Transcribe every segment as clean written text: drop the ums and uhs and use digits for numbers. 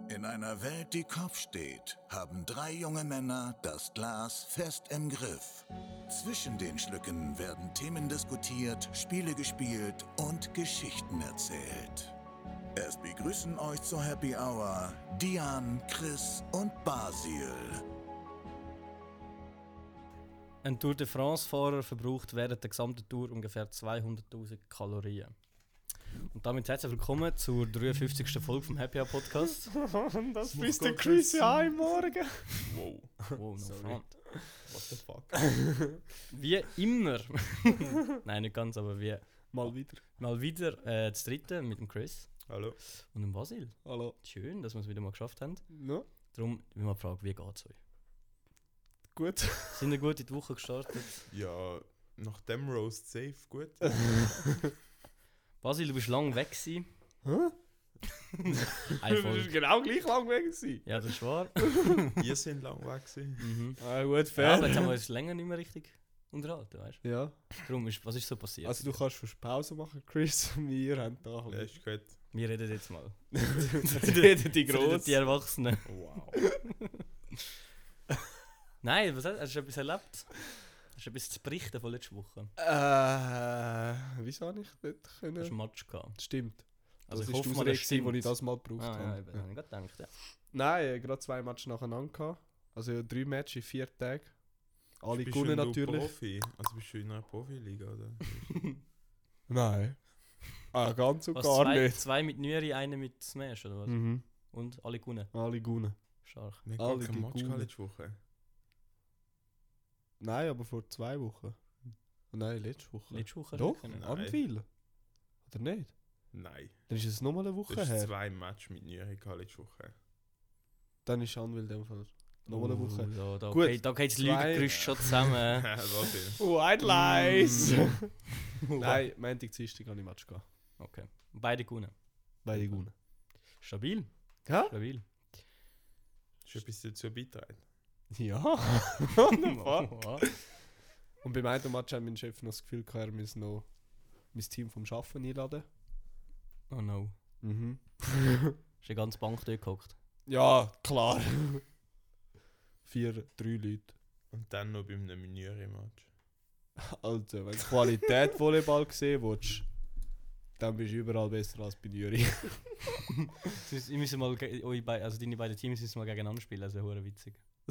In einer Welt, die Kopf steht, haben 3 junge Männer das Glas fest im Griff. Zwischen den Schlücken werden Themen diskutiert, Spiele gespielt und Geschichten erzählt. Es begrüßen euch zur Happy Hour Dian, Chris und Basil. Ein Tour de France-Fahrer verbraucht während der gesamten Tour ungefähr 200'000 Kalorien. Und damit herzlich willkommen zur 53. Folge vom Happy Hour Podcast. Das bist der Chris ja im Morgen. Wow, no front. What the fuck? Wie immer. Nein, nicht ganz, aber wie Mal wieder. mal wieder das dritte mit dem Chris Hallo. und dem Basil. Hallo. Schön, dass wir es wieder mal geschafft haben. No? Darum will ich mal fragen, wie geht es euch? Gut. Sind ihr gut in die Woche gestartet? Ja, nach dem Roast safe gut. Basil, du bist lange weg gewesen. Hä? Eine Du Folge. bist genau gleich lang weg gewesen. Ja, das ist wahr. Wir sind lang weg gewesen. Mhm. Ah, gut, Ja, fair. aber jetzt haben wir uns länger nicht mehr richtig unterhalten, weißt Ja. du? Darum ist, was ist so passiert? Also du kannst fast Pause machen, Chris. Wir haben da Ja, ist gut. Wir reden jetzt mal. reden die Die Grossen. Erwachsenen. Wow. Nein, was hast du etwas erlebt? Hast du etwas zu berichten von letzter Woche? Wieso habe ich nicht Du hast einen können? Match gehabt. Stimmt. Also das ich ist hoffe die mal, das Ausrede, wo ich stimmt. das mal gebraucht Ah, ja, habe. eben, habe ich gerade gedacht, ja. Nein, gerade 2 Matches nacheinander gehabt. Also 3 Matches in 4 Tagen. Alle Bist gewonnen du natürlich. Profi? Also bist du in einer Profiliga, oder? Nein. Ah, ganz und Was, gar zwei, nicht. 2 mit Nüri, eine mit Smash, oder was? Mhm. Und alle gewonnen. Alle gewonnen. Stark. Nicht Alle gar kein Match gewonnen. gehabt letzte Woche. Nein, aber vor 2 Wochen. Nein, letzte Woche. Letzte Woche hast Doch, du gewonnen. Nein. Anwil. Oder nicht? Nein. Dann ist es nochmal eine Du Woche hast her. 2 Matches mit Nüri gehabt letzte Woche. Dann ist Anwil in dem Fall nochmal eine Woche. Ja, da, Gut, geht, da geht das 2 Lügengerüst schon zusammen. Was White Lies! Nein. Nein, Montag, Dienstag habe ich Match gehabt. Okay. Beide gewonnen. Beide gewonnen. Stabil. Ja? Stabil. Hast du etwas dazu beitragen? Ja. Ja. Und beim einen Match hat mein Chef noch das Gefühl gehabt, er müsse noch mein Team vom Arbeiten einladen. Oh no. Mhm. Ist die ganze Bank dort gehockt. Ja, klar. 3 Leute. Und dann noch bei einem Nüri-Match. Also, wenn du Qualität Volleyball gesehen willst, dann bist du überall besser als bei Juri. Ich müssen mal, also deine beiden Teams müssen mal gegeneinander spielen, also hure witzig.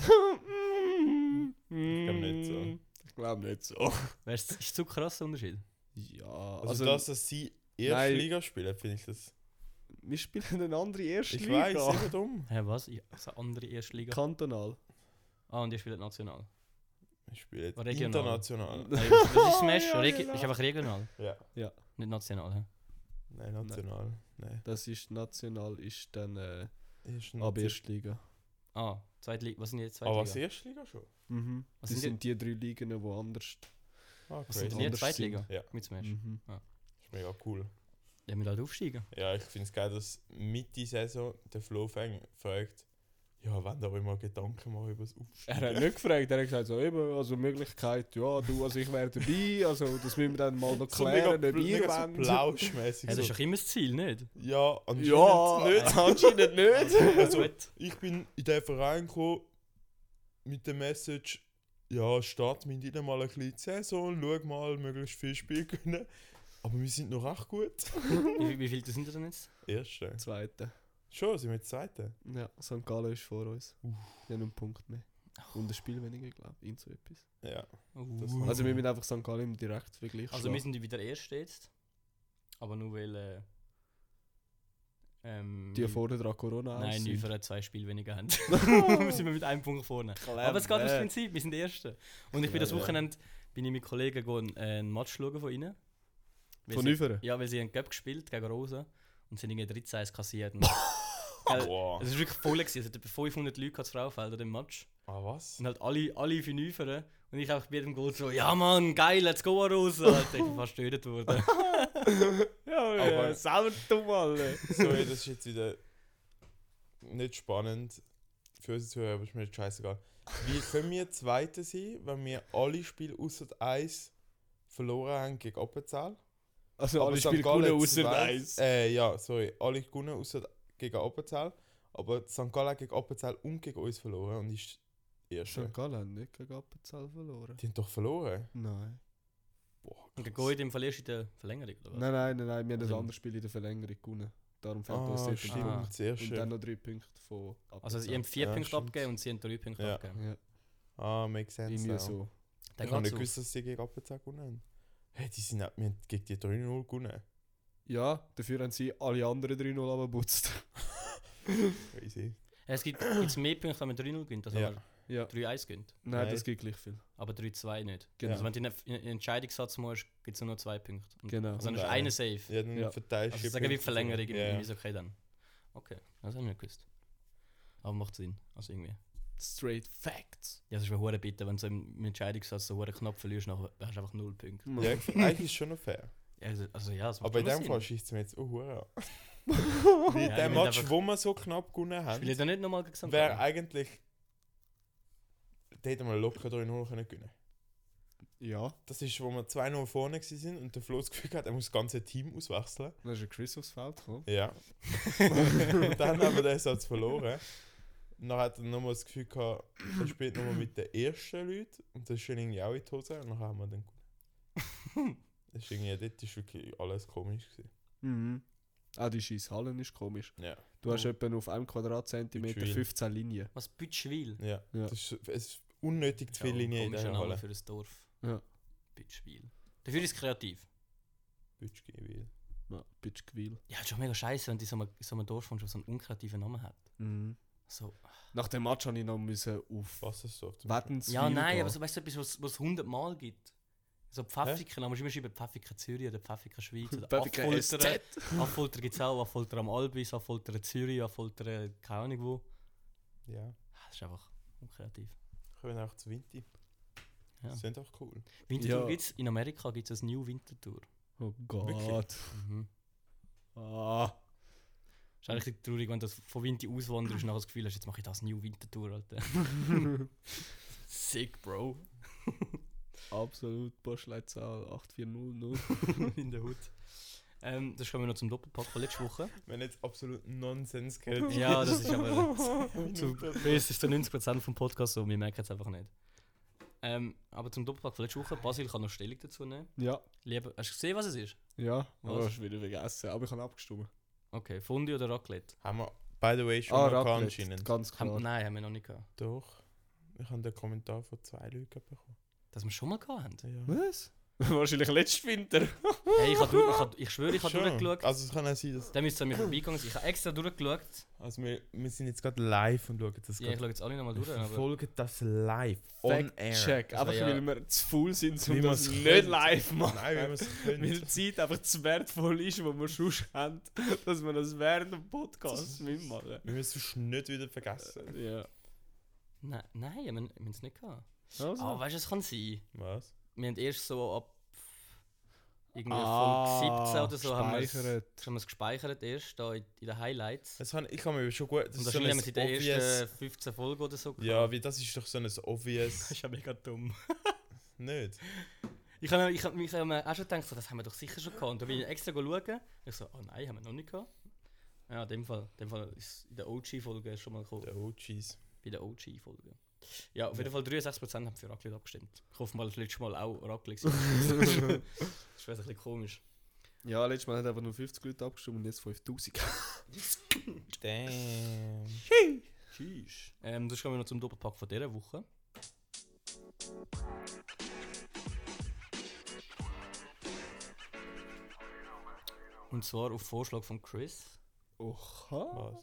Ich glaube nicht so. Ich glaube nicht so. Weißt du, ist zu krass der Unterschied? Ja, Also, dass sie erste Nein. Liga spielen, finde ich das... wir spielen eine andere erste Ich Liga. weiss, eben dumm. Hä, was? Also andere Erstliga? Kantonal. Ah, und ihr spielt national. Ich spiele jetzt Regional. international. Nein, das ist Smash, Ja, Regi genau. ist einfach regional, Ja. nicht national. Hä? Nein, national. Nein. Das ist national, ist dann Ist ab Erstliga. Ah, Zweitliga. Was sind jetzt Aber Zweitliga? was Erstliga schon? Mhm. Was Das sind sind die 3 Ligen, die anders. Ah, Was sind crazy. denn jetzt anders Zweitliga? Ja. Mit Smash. Mhm. Ist mega cool. Der will halt aufsteigen. Ja, ich finde es geil, dass Mitte Saison der Flo Feng fragt, ja, wenn da immer Gedanken machen über das Er Aufsteigen. hat nicht gefragt, er hat gesagt, so eben, also Möglichkeit, ja, du, also ich wäre dabei, also das müssen wir dann mal noch So klären, mega, ob ihr mega so wollt. plauschmäßig. Ja, das ist so. doch immer das Ziel, nicht? Ja, anscheinend Ja, nicht. anscheinend nicht. Also, Gut. ich bin in den Verein gekommen mit der Message, ja, start mit ihnen mal ein bisschen die Saison, schau mal, möglichst viel Spiel gewinnen. Aber wir sind noch recht gut. Wie viele sind das denn jetzt? Erste. Zweite. Schon, sind wir jetzt Zweite? Ja, St. Gallen ist vor uns. Wir haben einen Punkt mehr. Und ein Spiel weniger, glaube ich. Irgend so etwas. Ja. Uh. Also wir müssen einfach St. Gallen im Direktvergleich Also wir sind wieder Erste jetzt. Aber nur weil... die vorher dran Corona Nein, sind. Nüfer hat 2 Spiele weniger haben. sind wir mit einem Punkt vorne. Clever. Aber es geht ums Prinzip, wir sind die Erste. Und ich bin das Ja. Wochenende bin ich mit Kollegen einen Match schauen von ihnen. Weil Von sie- Nüferen? Ja, weil sie einen Cup gespielt gegen Rosen und sind irgendwie 13-1 kassiert. Und Wow. es war wirklich voll. Es hat etwa 500 Leute ins Fraufeld an dem Match. Ah, was? Und halt alle für Nüferen. Und ich auch bei jedem Goal so, ja Mann, geil, let's go Rosen. Alter, ich bin fast getötet worden. Ja, Aber- ja, selber dumm alle. Sorry, das ist jetzt wieder nicht spannend für unsere Zuhörer, aber ist mir jetzt scheißegal. Wie können wir Zweite sein, wenn wir alle Spiele außer eins verloren haben gegen Appenzell? Also Aber alle St. Spiele Gallen gewonnen außer zwei- eins. Ja, sorry, alle gewonnen außer gegen Appenzell. Aber St. Gallen hat gegen Appenzell und gegen uns verloren und ist Erste. St. Gallen haben nicht gegen Appenzell verloren. Die haben doch verloren. Nein. Boah, Und gegen euch im verlierst du in der Verlängerung, oder was? Nein, wir haben Also- ein anderes Spiel in der Verlängerung gewonnen. Darum fehlt uns Ah, dort stimmt, ein Punkt. das erste. Und dann noch 3 Punkte von Appenzell. Also ihr habt 4 Ja, Punkte stimmt. abgegeben und sie haben 3 Punkte Ja. abgegeben. Ja, Makes sense. irgendwie now. so. Dann Ich habe geht's nicht auf. gewusst, dass sie gegen Appenzell gewonnen haben. Hey, wir haben gegen die 3-0 gewonnen. Ja, dafür haben sie alle anderen 3-0 abgeputzt. Crazy. Es gibt jetzt mehr Punkte, wenn man 3-0 gewinnt, als Ja. wenn man Ja. 3-1 gewinnt. Nein, Nein. das gibt gleich viel. Aber 3-2 nicht. Genau. Also wenn du in einen Entscheidungssatz musst, gibt es nur noch 2 Punkte. Und Genau. Also dann Und ist eine. einer safe. Ja, dann Ja. verteilst Also du sagen wir Punkte. Verlängerung, Ja, irgendwie ja. ist okay dann. Okay, das habe ich nicht gewusst. Aber macht Sinn, also irgendwie. Straight Facts. Ja, das ist eine bitte, wenn du so im Entscheidungssatz so knapp verlierst, dann hast du einfach 0 Punkte. Ja, eigentlich ist es schon noch fair. Ja, also ja, das macht Aber in schon dem Sinn. Fall schießt es mir jetzt auch hure an. Ja, Der ich Match, einfach- wo wir so knapp gewonnen Ich will haben, da nicht nochmal gegen St. wäre Gallen. eigentlich. Da hätten wir locker 3-0 können gewinnen. Ja, Das ist, wo wir 2-0 vorne waren und der Flo das Gefühl hat, er muss das ganze Team auswechseln. dann ist ein Chris aufs Feld gekommen. Ja. Und dann haben wir den Satz verloren. Und dann hat er nochmal das Gefühl gehabt, er spielt nochmal mit den ersten Leuten und das ist dann irgendwie auch in die Hose und dann haben wir dann gewonnen. Das ist irgendwie, dort ist wirklich alles komisch gewesen. Mhm. Auch die scheiß Hallen ist komisch. Ja. Du hast etwa auf einem Quadratzentimeter Bütschwil. 15 Linien. Was, Bütschwil? Ja. Ja. Das ist, es ist unnötig zu viele Linien in komischer dieser Name Halle. für ein Dorf. Ja. Bütschwil. Dafür ist es kreativ. Bütschgewil. Ja, Bütschwil. Ja, ist schon mega scheiße, wenn die so einem Dorf von schon so einen unkreativen Namen hat. Mhm. So. Nach dem Match musste ich noch müssen auf Wasserstoff. Wettenswil Ja, nein, gehen. aber so, weißt du, etwas, was es 100 Mal gibt. So Pfaffiken, da musst du immer schreiben Pfaffiken Zürich oder Pfaffiken Schweiz oder Pfaffiken Affoltern. Affoltern gibt es auch, Affoltern am Albis, Affoltern Zürich, Affoltern keine Ahnung wo. Ja. Das ist einfach unkreativ. Können wir auch zu Winti. Ja. Das sind auch cool. Winterthur Ja. gibt's, in Amerika gibt es ein New Winterthur. Oh Gott. Wirklich? Mhm. Ah. Ist eigentlich traurig, wenn du von Winti auswanderst und nachher das Gefühl hast, jetzt mache ich das New Winterthur, Alter. Sick, Bro. Absolut, Postleitzahl 8400. In der Hut. Das kommen wir noch zum Doppelpack von letzter Woche. Wenn jetzt absolut Nonsens gehört. Ja, das ist aber es ist zu 90% vom Podcast so, wir merken es einfach nicht. Aber zum Doppelpack von letzter Woche, Basil kann noch Stellung dazu nehmen. Ja, Lieber, hast du gesehen, was es ist? ja. Was? Oh, hast du wieder vergessen. Aber ich habe abgestimmt. Okay, Fondue oder Raclette? Haben wir, by the way, schon mal gehabt anscheinend. ganz klar. Nein, haben wir noch nicht gehabt. Doch. Ich habe den Kommentar von 2 Leuten bekommen. Dass wir schon mal gehabt haben. Ja. Was? Wahrscheinlich letzten Winter. Hey, ich schwöre, ich habe Schon. durchgeschaut. Also es kann auch sein, dass... Dann müsst ihr an mir vorbeigegangen sein. Ich habe extra durchgeschaut. Also wir sind jetzt gerade live und schauen das Ja, ich gerade. schaue jetzt alle nochmal durch. Aber Verfolgen das live. On air. Fact-check. Also, Einfach ja. weil wir zu faul sind, Wie um das wir's nicht können. live machen. Nein, wie wir es können. Weil die Zeit einfach zu wertvoll ist, die wir schon haben, dass wir das während dem Podcast mitmachen. Wir müssen es nicht wieder vergessen. Ja. nein, wir haben es nicht gehabt. Also. Aber weißt du, es kann sein. Was? Wir haben erst so ab irgendwie Ah, Folge 17 oder so haben wir gespeichert. es gespeichert erst da in den Highlights. Ich kann mir schon gut... Das Und ist so wahrscheinlich haben wir es in den obvious... ersten 15 Folgen oder so Ja, wie das ist doch so ein obvious... Das ist ja mega dumm. nicht. Ich habe mir auch schon gedacht, so, das haben wir doch sicher schon gehabt. Und da bin ich extra schauen. Ich so, oh nein, haben wir noch nicht gehabt. Ja, in dem Fall ist in der OG-Folge schon mal gekommen. Der OGs. Bei der OG-Folge. Ja, auf jeden Fall 63% haben für Raclette abgestimmt. Ich hoffe mal, das letzte Mal auch Raclette gewesen. Das wäre ein bisschen komisch. Ja, letztes Mal hat einfach nur 50 Leute abgestimmt und jetzt 5000. Damn. Tschüss. Das kommen wir noch zum Doppelpack von dieser Woche. Und zwar auf Vorschlag von Chris. Oha.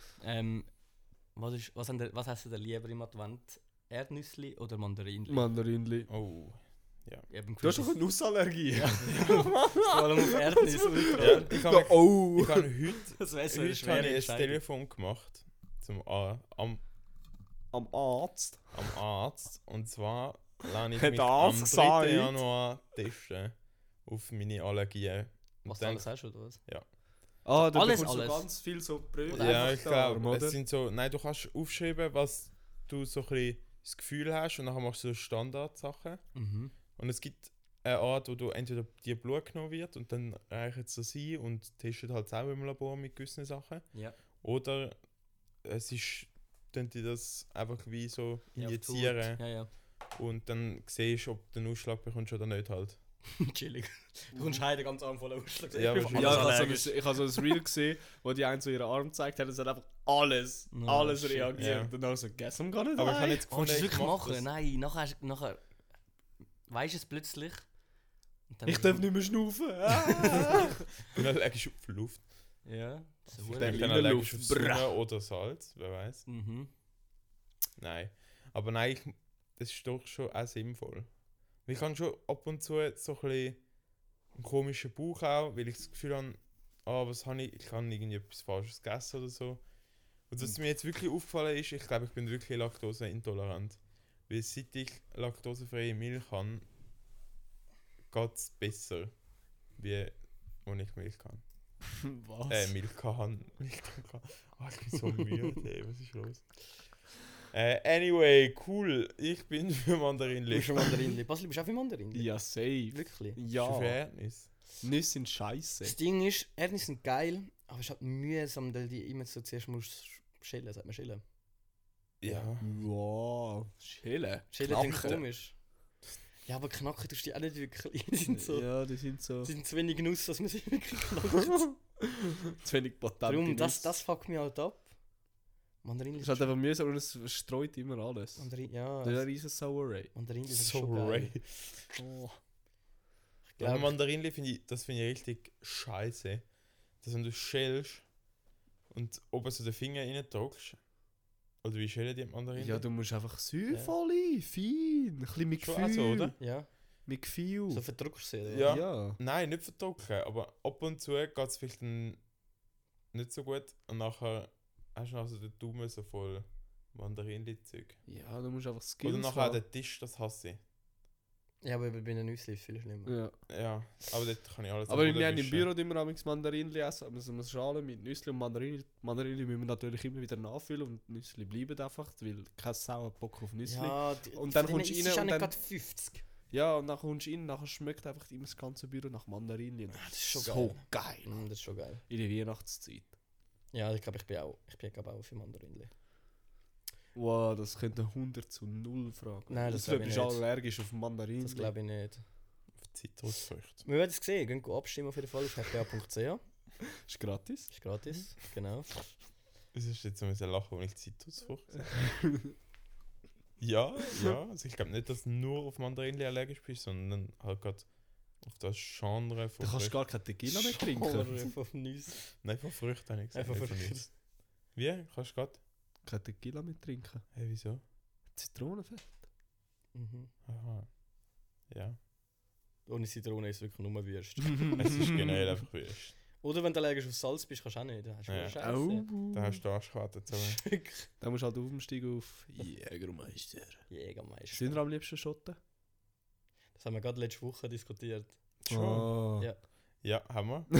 Was hast du denn lieber im Advent? Erdnüssli oder Mandarinli? Mandarinli. Oh. Ja, beim Du hast Chris doch eine Nussallergie. vor allem auf Erdnüsse ultra. Ja, ich habe Oh. heute, Das wäre so heute eine habe schwere ich ein Entscheidung. Telefon gemacht am Am Arzt. Arzt. Und zwar lerne ich Hat mich der am Arzt 3. gesagt? Januar testen auf meine Allergien. Und Was du alles hast, oder was? Ah, da Alles, bekommst du alles. ganz viel so Brötchen. Oder Ja, einfach ich glaube, oder? es sind so, nein, du kannst aufschreiben, was du so ein bisschen das Gefühl hast und dann machst du so Standardsachen. Mhm. Und es gibt eine Art, wo du entweder dir Blut genommen wird und dann reichen sie das ein und testet halt selber im Labor mit gewissen Sachen. Ja. Oder es ist, dann die das einfach wie so Ja, auf die Haut. injizieren Ja. und dann siehst du, ob du den Ausschlag bekommst oder nicht halt. Chillig. Du kommst heim, den ganzen Arm voller Ausschlag. Ja, Ich bin wahrscheinlich. Ja, alles ich habe so ein Reel gesehen, wo die einen so ihren Arm gezeigt haben, es hat einfach alles shit. reagiert. Ja. Und dann habe ich so, guess I'm gonna die. Aber ich habe jetzt Oh, willst du das wirklich ich mach machen? das. Nein, nachher weisst du es plötzlich. Und dann- Ich darf nicht mehr schnaufen. Ich bin allergisch auf Luft. Ja, das ist Ich verdammt. bin Berliner allergisch Luft. auf Sonne oder Salz, wer weiß. Mhm. Nein. Aber nein, das ist doch schon auch sinnvoll. Ich habe schon ab und zu so ein bisschen einen komischen Bauch auch, weil ich das Gefühl habe, was habe ich? Ich habe irgendwie etwas Falsches gegessen oder so. Und was mir jetzt wirklich aufgefallen ist, ich glaube, ich bin wirklich laktoseintolerant. Weil seit ich laktosefreie Milch habe, geht es besser, wie wenn ich Milch kann. Was? Milch kann. Milch kann. Ich bin so müde, ey, was ist los? Anyway, cool. Ich bin für Du Mandarinli. bist ein Mandarinli. Basel, du bist auch für Mandarinli? Ja, safe. Wirklich? Ja. Für Erdnüsse. Nüsse sind scheiße. Das Ding ist, Erdnüsse sind geil, aber es ist halt mühsam, weil die immer so zuerst musst schälen, sagt man schälen. Ja. Wow. Schälen. Schälen klingt Knacken. komisch. Ja, aber knacken tust du die auch nicht wirklich. Die sind so... Ja, die sind so. Die sind zu wenig Nuss, dass man sie wirklich knackt. Zu wenig potent. Darum, das fuckt mich halt ab. Mandarinli Es ist halt einfach mühsam und es streut immer alles. Ja, Das ist ein riesen Sauerei. Mandarinli sind So schon geil. Ray. Oh. Ja, aber glaub- Mandarinli finde ich richtig scheiße. Dass wenn du schälst und oben so den Finger rein drückst. Oder wie schälen die Mandarinli? Ja, du musst einfach säuferli, fein, ein bisschen mit Schon Gefühl. auch so, oder? Ja, Mit Gefühl. so verdruckst du sie. Ja. Ja. Nein, nicht verdrücken, aber ab und zu geht es vielleicht nicht so gut und nachher hast du also den Daumen so voll Mandarinli-Zeug. Ja, du musst einfach Skills Oder nachher auch haben. den Tisch, das hasse ich. Ja, aber bei den Nüsse ist es viel schlimmer. Ja. Ja, aber dort kann ich alles Aber am Boden wir haben im wischen. Büro immer amigs Mandarinli essen, aber so eine Schale mit Nüssli und Mandarinli. Mandarinli müssen wir natürlich immer wieder nachfüllen und Nüssli bleiben einfach, weil kein Sau hat Bock auf Nüssli. Ja, Und dann von kommst du denen rein isst auch und nicht dann- gerade 50. Ja, und dann kommst du rein, nachher schmeckt einfach immer das ganze Büro nach Mandarinli. Und das ist schon so geil. Das ist schon geil. In der Weihnachtszeit. Ja, ich glaube, ich bin auch für Mandarinli. Wow, das könnte 100:0 Fragen. Nein, das du glaub ich bist nicht. allergisch auf Mandarinli. Das glaube ich nicht. Zitrusfrüchte. Wir werden es sehen. Gehen abstimmen auf jeden Fall auf hpa.ch. Ist gratis. Ist gratis, genau. Was ist jetzt so ein Lachen, wenn ich Zitrusfrucht sage? Ja. Also ich glaube nicht, dass du nur auf Mandarinli allergisch bist, sondern halt gerade auf das Genre von Du kannst Früchten. gar kein Tequila mehr trinken. Genre von Nüsse. Nein, von Früchten habe ich gesagt. Einfach nicht von Früchte. Nüssen. Wie? Kannst du gerade? Kein Tequila mehr trinken. Hey, wieso? Zitronenfett. Mhm. Aha. Ja. Ohne Zitrone ist es wirklich nur Würst. Es ist generell einfach Würst. Oder wenn du allergisch auf Salz bist, kannst du auch nicht. Da hast du Ja. Scheiße. Oh. Da hast du Arschkarte zusammen. Dann musst du halt umsteigen auf Jägermeister. Jägermeister. Sind wir am liebsten Schotten? Das haben wir gerade letzte Woche diskutiert. Schon? Oh. Ja. Ja, haben wir.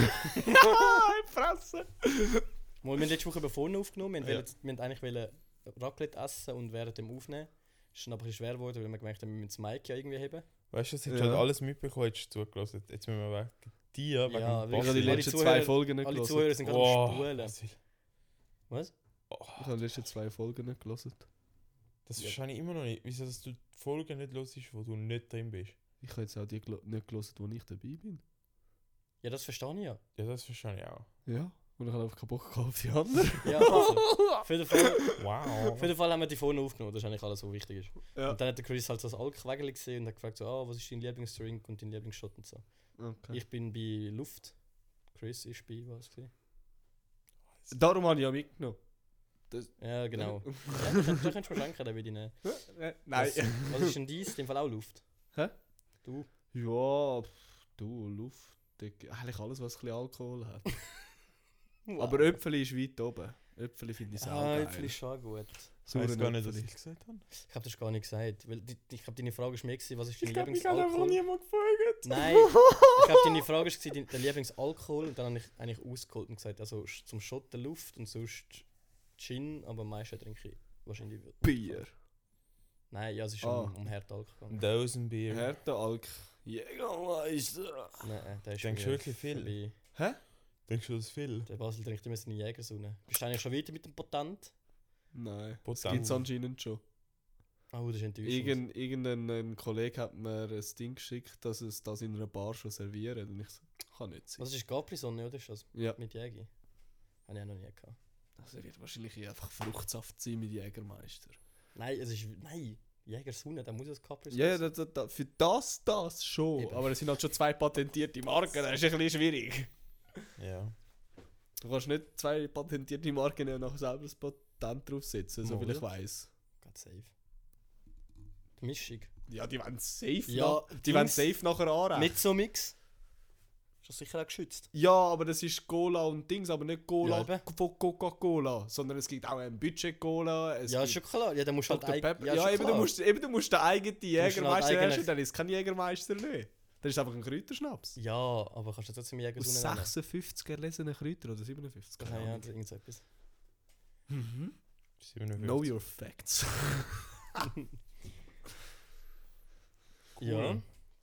Fresse! Wir haben letzte Woche bevor aufgenommen. Wir Ja. wollten eigentlich Raclette essen und während dem Aufnehmen. Es ist dann aber ein bisschen schwer geworden, weil wir gemerkt haben, wir müssen das Mic ja irgendwie haben. Weißt du, das hättest Ja. du halt alles mitbekommen, hättest du zugelassen. Jetzt müssen wir wegen dir, wegen Ja, dem Ich habe Alle die letzten Zuhörer- 2 Folgen nicht Alle gelesen. Zuhörer sind gerade am Spulen. das Was? Ich habe die letzten 2 Folgen nicht gelesen. Das Ja. verstehe ich immer noch nicht. Wieso, dass du die Folgen nicht hörst, wo du nicht drin bist? Ich habe jetzt auch die nicht gelesen, wo ich dabei bin. Ja, das verstehe ich ja. Ja, das verstehe ich auch. Ja. Und ich habe einfach keinen Bock gehabt auf die anderen. Ja, also, auf jeden Fall, Wow. auf jeden Fall haben wir die vorne aufgenommen, das ist eigentlich alles, was wichtig ist. Ja. Und dann hat der Chris halt so das Alkwägel gesehen und hat gefragt, so, was ist dein Lieblingsdrink und dein Lieblingsshot und so. Okay. Ich bin bei Luft. Chris ist bei was gewesen? Darum habe ich ja mitgenommen. Ja, genau. Ja, da kannst du mir schenken, dann würde ich nehmen. Nein. Was ist denn dies? In dem Fall auch Luft. Hä? Du? Ja, du, Luft. Eigentlich alles, was ein bisschen Alkohol hat. Wow. Aber Äpfel ist weit oben. Äpfel finde ich auch geil. Äpfel ist schon gut. Ich weiß gar nicht, was Äpfel. ich gesagt habe. Ich habe das gar nicht gesagt. Weil ich glaube, deine Frage war mehr, gewesen, was ist dein Ich glaube, mich hat einfach Lieblingsalkohol? niemand gefragt. Nein, ich glaube, deine Frage war der Lieblingsalkohol und dann habe ich eigentlich ausgeholt und gesagt, also zum Schotten Luft und sonst Gin, aber am meisten trinke ich wahrscheinlich Bier. Nein, ja, es ist Ah. um Härtealkohol gegangen. Dosenbier. Härtealk. Jägermeister. Nein, der ist Denkst du mir wirklich viel? vorbei. Denkst du das viel? Der Basel trinkt immer seine Jägersonne. Bist du eigentlich schon weiter mit dem Patent? Nein, das Potent. gibt es anscheinend schon. Oh, das ist enttäuschend. Irgendein Kollege hat mir ein Ding geschickt, dass es das in einer Bar schon serviert. Und ich so, kann nicht sein. Was ist Capri-Sonne, oder? Ist das Ja. mit Jägi? Habe ich auch noch nie gehabt. Also wird wahrscheinlich einfach Fruchtsaft sein mit Jägermeister. Nein, es ist... Nein! Jägersonne, da muss es Capri Ja, sein. für das schon. Eben. Aber es sind halt schon 2 patentierte Marken, das ist ein bisschen schwierig. Ja. Du kannst nicht 2 patentierte Marken nehmen und nachher selber das Patent draufsetzen, so viel ich Mal. weiss. Ganz safe. Die Mischung. Ja, die wollen safe, Ja, die wollen Dings. safe nachher anrechnen. Nicht so Mix. Ist das sicher auch geschützt? Ja, aber das ist Cola und Dings, aber nicht Cola Ja, eben. von Coca-Cola, sondern es gibt auch ein Budget-Cola. Ja, ist schon klar. Ja, dann musst du halt... Dr. Pepper. ist Ja, schon eben klar. du musst den eigenen Jägermeister halt herstellen, dann ist es kein Jägermeister mehr. Das ist einfach ein Kräuterschnaps. Ja, aber kannst du trotzdem Aus Jägersonne nennen? 56 erlesenen Kräuter oder 57. Ja, ja, irgend so etwas. Mhm. 57. Know your facts. Ja.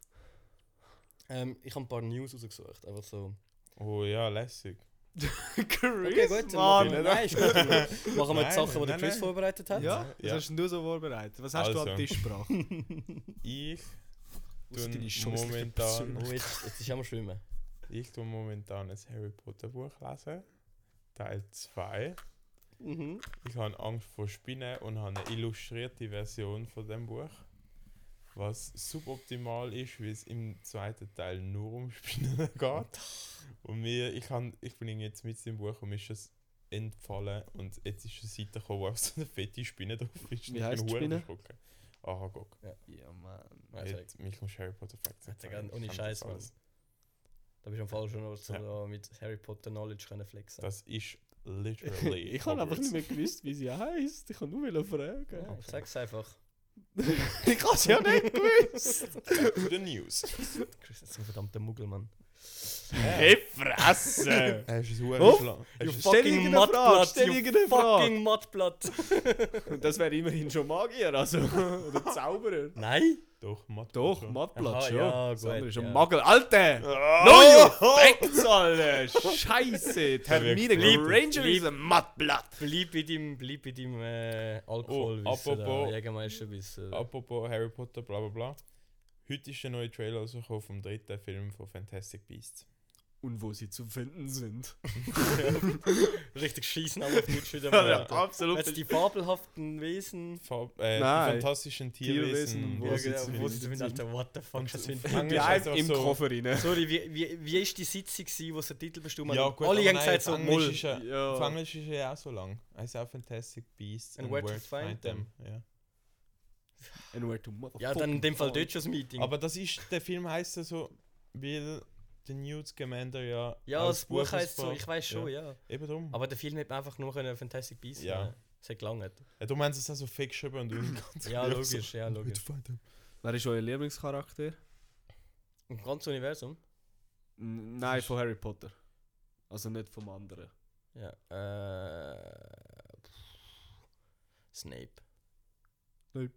Ich habe ein paar News rausgesucht. Einfach so... Oh ja, lässig. Okay, gut, dann Mann. machen wir, nein, ist gut. Machen wir die Nein, Sachen, die der nein, Chris nein. vorbereitet hat. Ja, was Ja. hast denn du so vorbereitet? Was hast du Also. am Tisch gebracht? Ich Aus tue deiner scheußlichen momentan, Oh, jetzt ist auch mal schwimmen. ich tue momentan ein Harry Potter Buch lesen. Teil 2. Mhm. Ich habe Angst vor Spinnen und habe eine illustrierte Version von dem Buch. Was suboptimal ist, weil es im zweiten Teil nur um Spinnen geht. Und ich bin jetzt mit dem Buch und mir ist das entfallen. Und jetzt ist eine Seite gekommen, wo einfach so eine fette Spinne drauf ist. Wie heisst die Spinne? Aragog. Ja, Mann. Also, Jetzt mich muss Harry Potter Facts Hat er erzählen. ohne Ich kann Scheiß, das Mann. alles. Da bist du am Fall schon noch so Ja. da mit Harry Potter Knowledge können flexen. Das ist literally. Ich habe einfach Hogwarts. nicht mehr gewusst, wie sie heisst. Ich kann nur fragen. Ja, ich sag's einfach. Ich habe es ja nicht gewusst. Zu den News. Chris ist so ein verdammter Muggel, Mann. Hey, Fresse! Es ist Uff, ein you es ist Stell irgendeine Frage, stell irgendeine Frage. fucking Mattblatt. Und das wäre immerhin schon Magier, also. Oder Zauberer. Nein? doch Mathe. Doch, Mattblatt Aha, schon. ja, Das andere gut, ist ein ja. Magel. Alter! Oh! Neue Facts, Alter! Scheiße! Hermine Bleib- Granger ist ein Mattblatt! Bleib bei deinem Alkoholwissen. apropos- Jägermeisterwissen. Apropos Harry Potter, bla bla bla. Heute ist der neue Trailer rausgekommen vom dritten Film von Fantastic Beasts. Und wo sie zu finden sind. Richtig scheißen auf Deutsch wieder. Ja, Alter. absolut. Jetzt die fabelhaften Wesen. Die Nein. fantastischen Tierwesen, Tierwesen. wo Ja, sie genau, zu wo finden sie sind, sind. Alter, what the fuck. Und Das so- sind Englisch Ja, heißt auch im so- Koffer rein. Sorry, wie ist die Sitzung gewesen, wo sie den Titel bestimmt Ja, haben? gut, Alle aber haben nein, gesagt so, auf Englisch Mull. ist ja, Ja. auf Englisch ist er ja auch so lang. Also auch Fantastic Beasts And where to find them. Ja. And where to motherfucking Ja, dann in dem Fall find. dort schon das Meeting. Aber das ist, der Film heisst ja so, weil der Newt Scamander ja. ja, als das Buch heisst so, ausgebracht- ich weiß schon, ja. Eben drum. Aber der Film hätte man einfach nur können Fantastic Beasts Ja. nennen. Es hat gelangt. Ja, du meinst es auch so fake geschrieben und du ganz Ja, gleich logisch, so, ja, logisch. "Where to find them." Wer ist euer Lieblingscharakter? Im ganzen Universum? Nein, von Harry Potter. Also nicht vom anderen. Ja. Snape. Snape.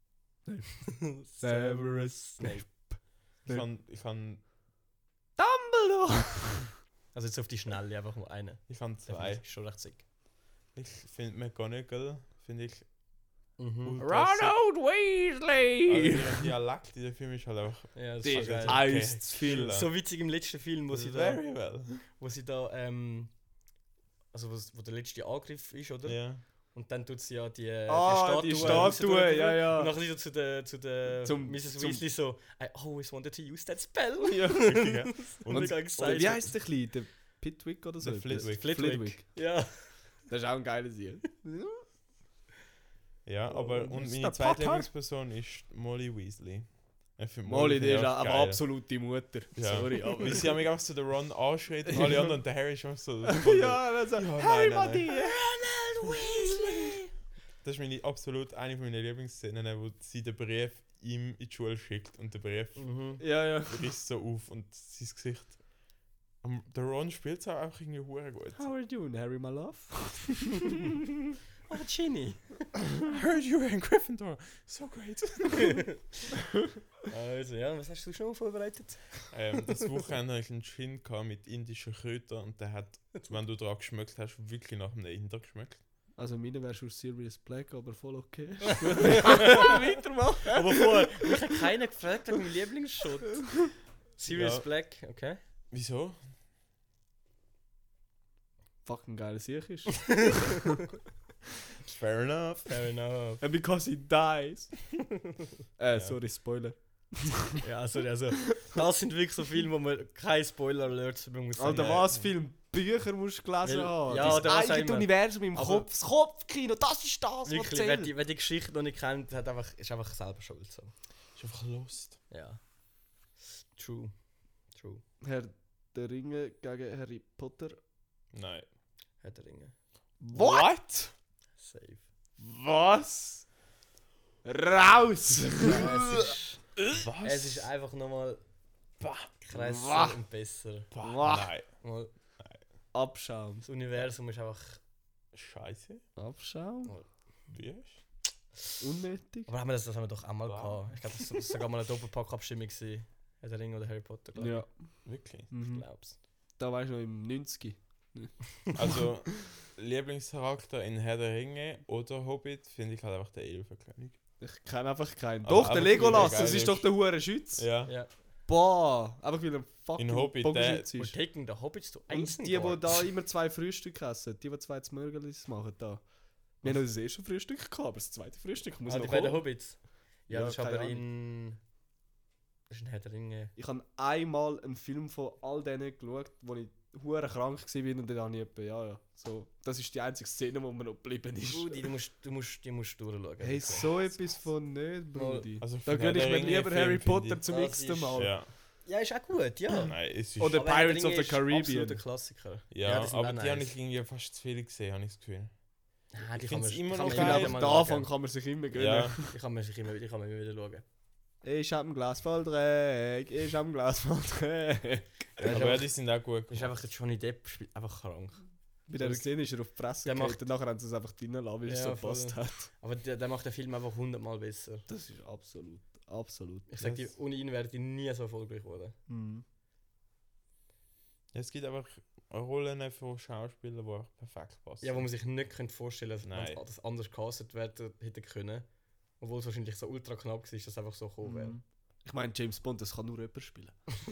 Severus Snape. Ich kann Dumbledore! Also jetzt auf die Schnelle einfach nur eine. ich kann Der zwei. ist schon recht sick. Ich finde McGonagall, finde ich. Mhm. ultra sick. Ronald Weasley! Also der Dialekt in dem Film ist halt auch Ja, das Die ist ist schon geil. eins zu viel. Killer. So witzig im letzten Film, wo sie da, Very well. also wo der letzte Angriff ist, oder? Ja. Und dann tut sie ja die Die Statue, rausdrücken. ja, ja. Und nachher so zu der Zum- Mrs. zum- Weasley so, I always wanted to use that spell. Ja. Wirklich, ja. Und Und- mega Oder excited. wie heisst der Kleine? Der Pitwick oder so? Der Flitwick. Flitwick. Ja. Das ist auch ein geiler Ziel. Ja, aber Oh, und Mr. meine Potter. zweite Lieblingsperson ist Molly Weasley. Ich find Molly, die finde ist ich aber geil. absolute Mutter. Ja. Sorry, aber. Weil sie haben mich auch so den Ron anschreit und alle anderen und der Harry ist immer so. Ja, also, Ja, Harry nein, nein, Potter! Ronald Weasley. Das ist eine meiner Lieblingsszenen, wo sie den Brief ihm in die Schule schickt und der Brief Mhm. Ja, ja. risst so auf und sein Gesicht. Der Ron spielt es auch einfach irgendwie hure gut. How are you doing, Harry, my love? Oh, Ginny. I heard you were in Gryffindor. So great. Also ja, was hast du schon vorbereitet? Das Wochenende hatte ich einen Gin mit indischen Kräutern und der hat, wenn du daran geschmeckt hast, wirklich nach einem Inder geschmeckt. Also meine wäre schon Sirius Black, aber voll okay. Weitermachen. Aber vorher, mich hat keiner gefragt nach meinem Lieblingsshot. Sirius Ja. Black, okay. Wieso? Fucking geiler Sieg ist. Fair enough. Fair enough. And because he dies. Sorry, Spoiler. Ja, sorry, also das sind wirklich so Filme, wo man keine Spoiler-Alerts über muss Alter, sagen. was Film Bücher musst du gelesen Weil- haben. ja, Das oder was auch eigene immer. Universum im Aber- Kopf, das Kopfkino, das ist das, was Wirklich, zählt. wer die Geschichte noch nicht kennt, ist einfach selber schuld. So. Ist einfach lost. Ja. True. True. Herr der Ringe gegen Harry Potter. Nein. Herr der Ringe. What? Safe. Was? Raus! Was? Es ist einfach nochmal Bah. krasser und besser. Nein. Mal, Abschaum. das Universum ist einfach... Scheiße. Abschaum? Wie ist? Unnötig? Aber haben wir das haben wir doch einmal Wow. gehabt. Ich glaube, das war sogar mal eine Doppelpack-Abstimmung gewesen. Herr der Ringe oder Harry Potter, glaub ich. Ja. Wirklich? Ich Mhm. glaub's. Da weißt du noch im 90. Also, Lieblingscharakter in Herr der Ringe oder Hobbit finde ich halt einfach der Elfenkönig. Ich kenne einfach keinen. Aber Doch, der einfach, weil Legolas, der das geil ist doch ist. der hure Schütz. Ja. Ja. Boah, einfach weil er ein fucking In Hobbit, Bogenschütz We're ist. taking the Hobbits to Und Isengard. die da immer 2 Frühstücke essen, die 2 Zmörgelis machen da. Wir haben noch das erste Frühstück gehabt, aber das zweite Frühstück muss Ah, noch die beiden kommen. Hobbits? Ja, Ja, das ist keine aber Ahnung. in... Das ist in Herr der Ringe. Ich habe einmal einen Film von all denen geschaut, wo ich hure krank war und dann habe ich etwa, ja. So, das ist die einzige Szene, wo mir noch geblieben ist. Brudi, die musst durchschauen. Hey, so etwas von nicht, Brudi. Also Da für gönne ich Herr mir der lieber Ringe Harry Film Potter finde zum Das x-ten ist- Mal. Ja. Ja, ist auch gut, ja. Nein, es ist... Oder Aber Herr der Pirates of Ringe the ist Caribbean. absoluter Klassiker. Ja, die sind aber auch die nice. habe ich irgendwie fast zu viel gesehen, habe ich das Gefühl. Nein, Ich find's immer die noch kann Ich man finde geil. immer einfach, wieder den mal Anfang schauen. kann man sich immer gönnen. Ja. Die kann man immer wieder schauen. Ich hab ein Glas voll Dreck, ich hab ein Glas voll Dreck. Aber ja, die sind auch gut. Das ist einfach der Johnny Depp spielt einfach krank. Bei dieser Szene ist er auf die Fresse Der gefallen macht- und nachher haben sie es einfach drinnen lassen, weil es Ja, so voll. gepasst hat. Aber der macht den Film einfach 100-mal besser. Das ist absolut. Ich sag dir, Yes. ohne ihn wäre die nie so erfolgreich geworden. Mhm. Ja, es gibt einfach Rollen von Schauspielern, die auch perfekt passen. Ja, wo man sich nicht könnte vorstellen könnte, Nein. dass das anders gecastet werden hätte können. Obwohl es wahrscheinlich so ultra knapp war, dass es einfach so gekommen wäre. Mhm. Ich meine, James Bond, das kann nur jemand spielen.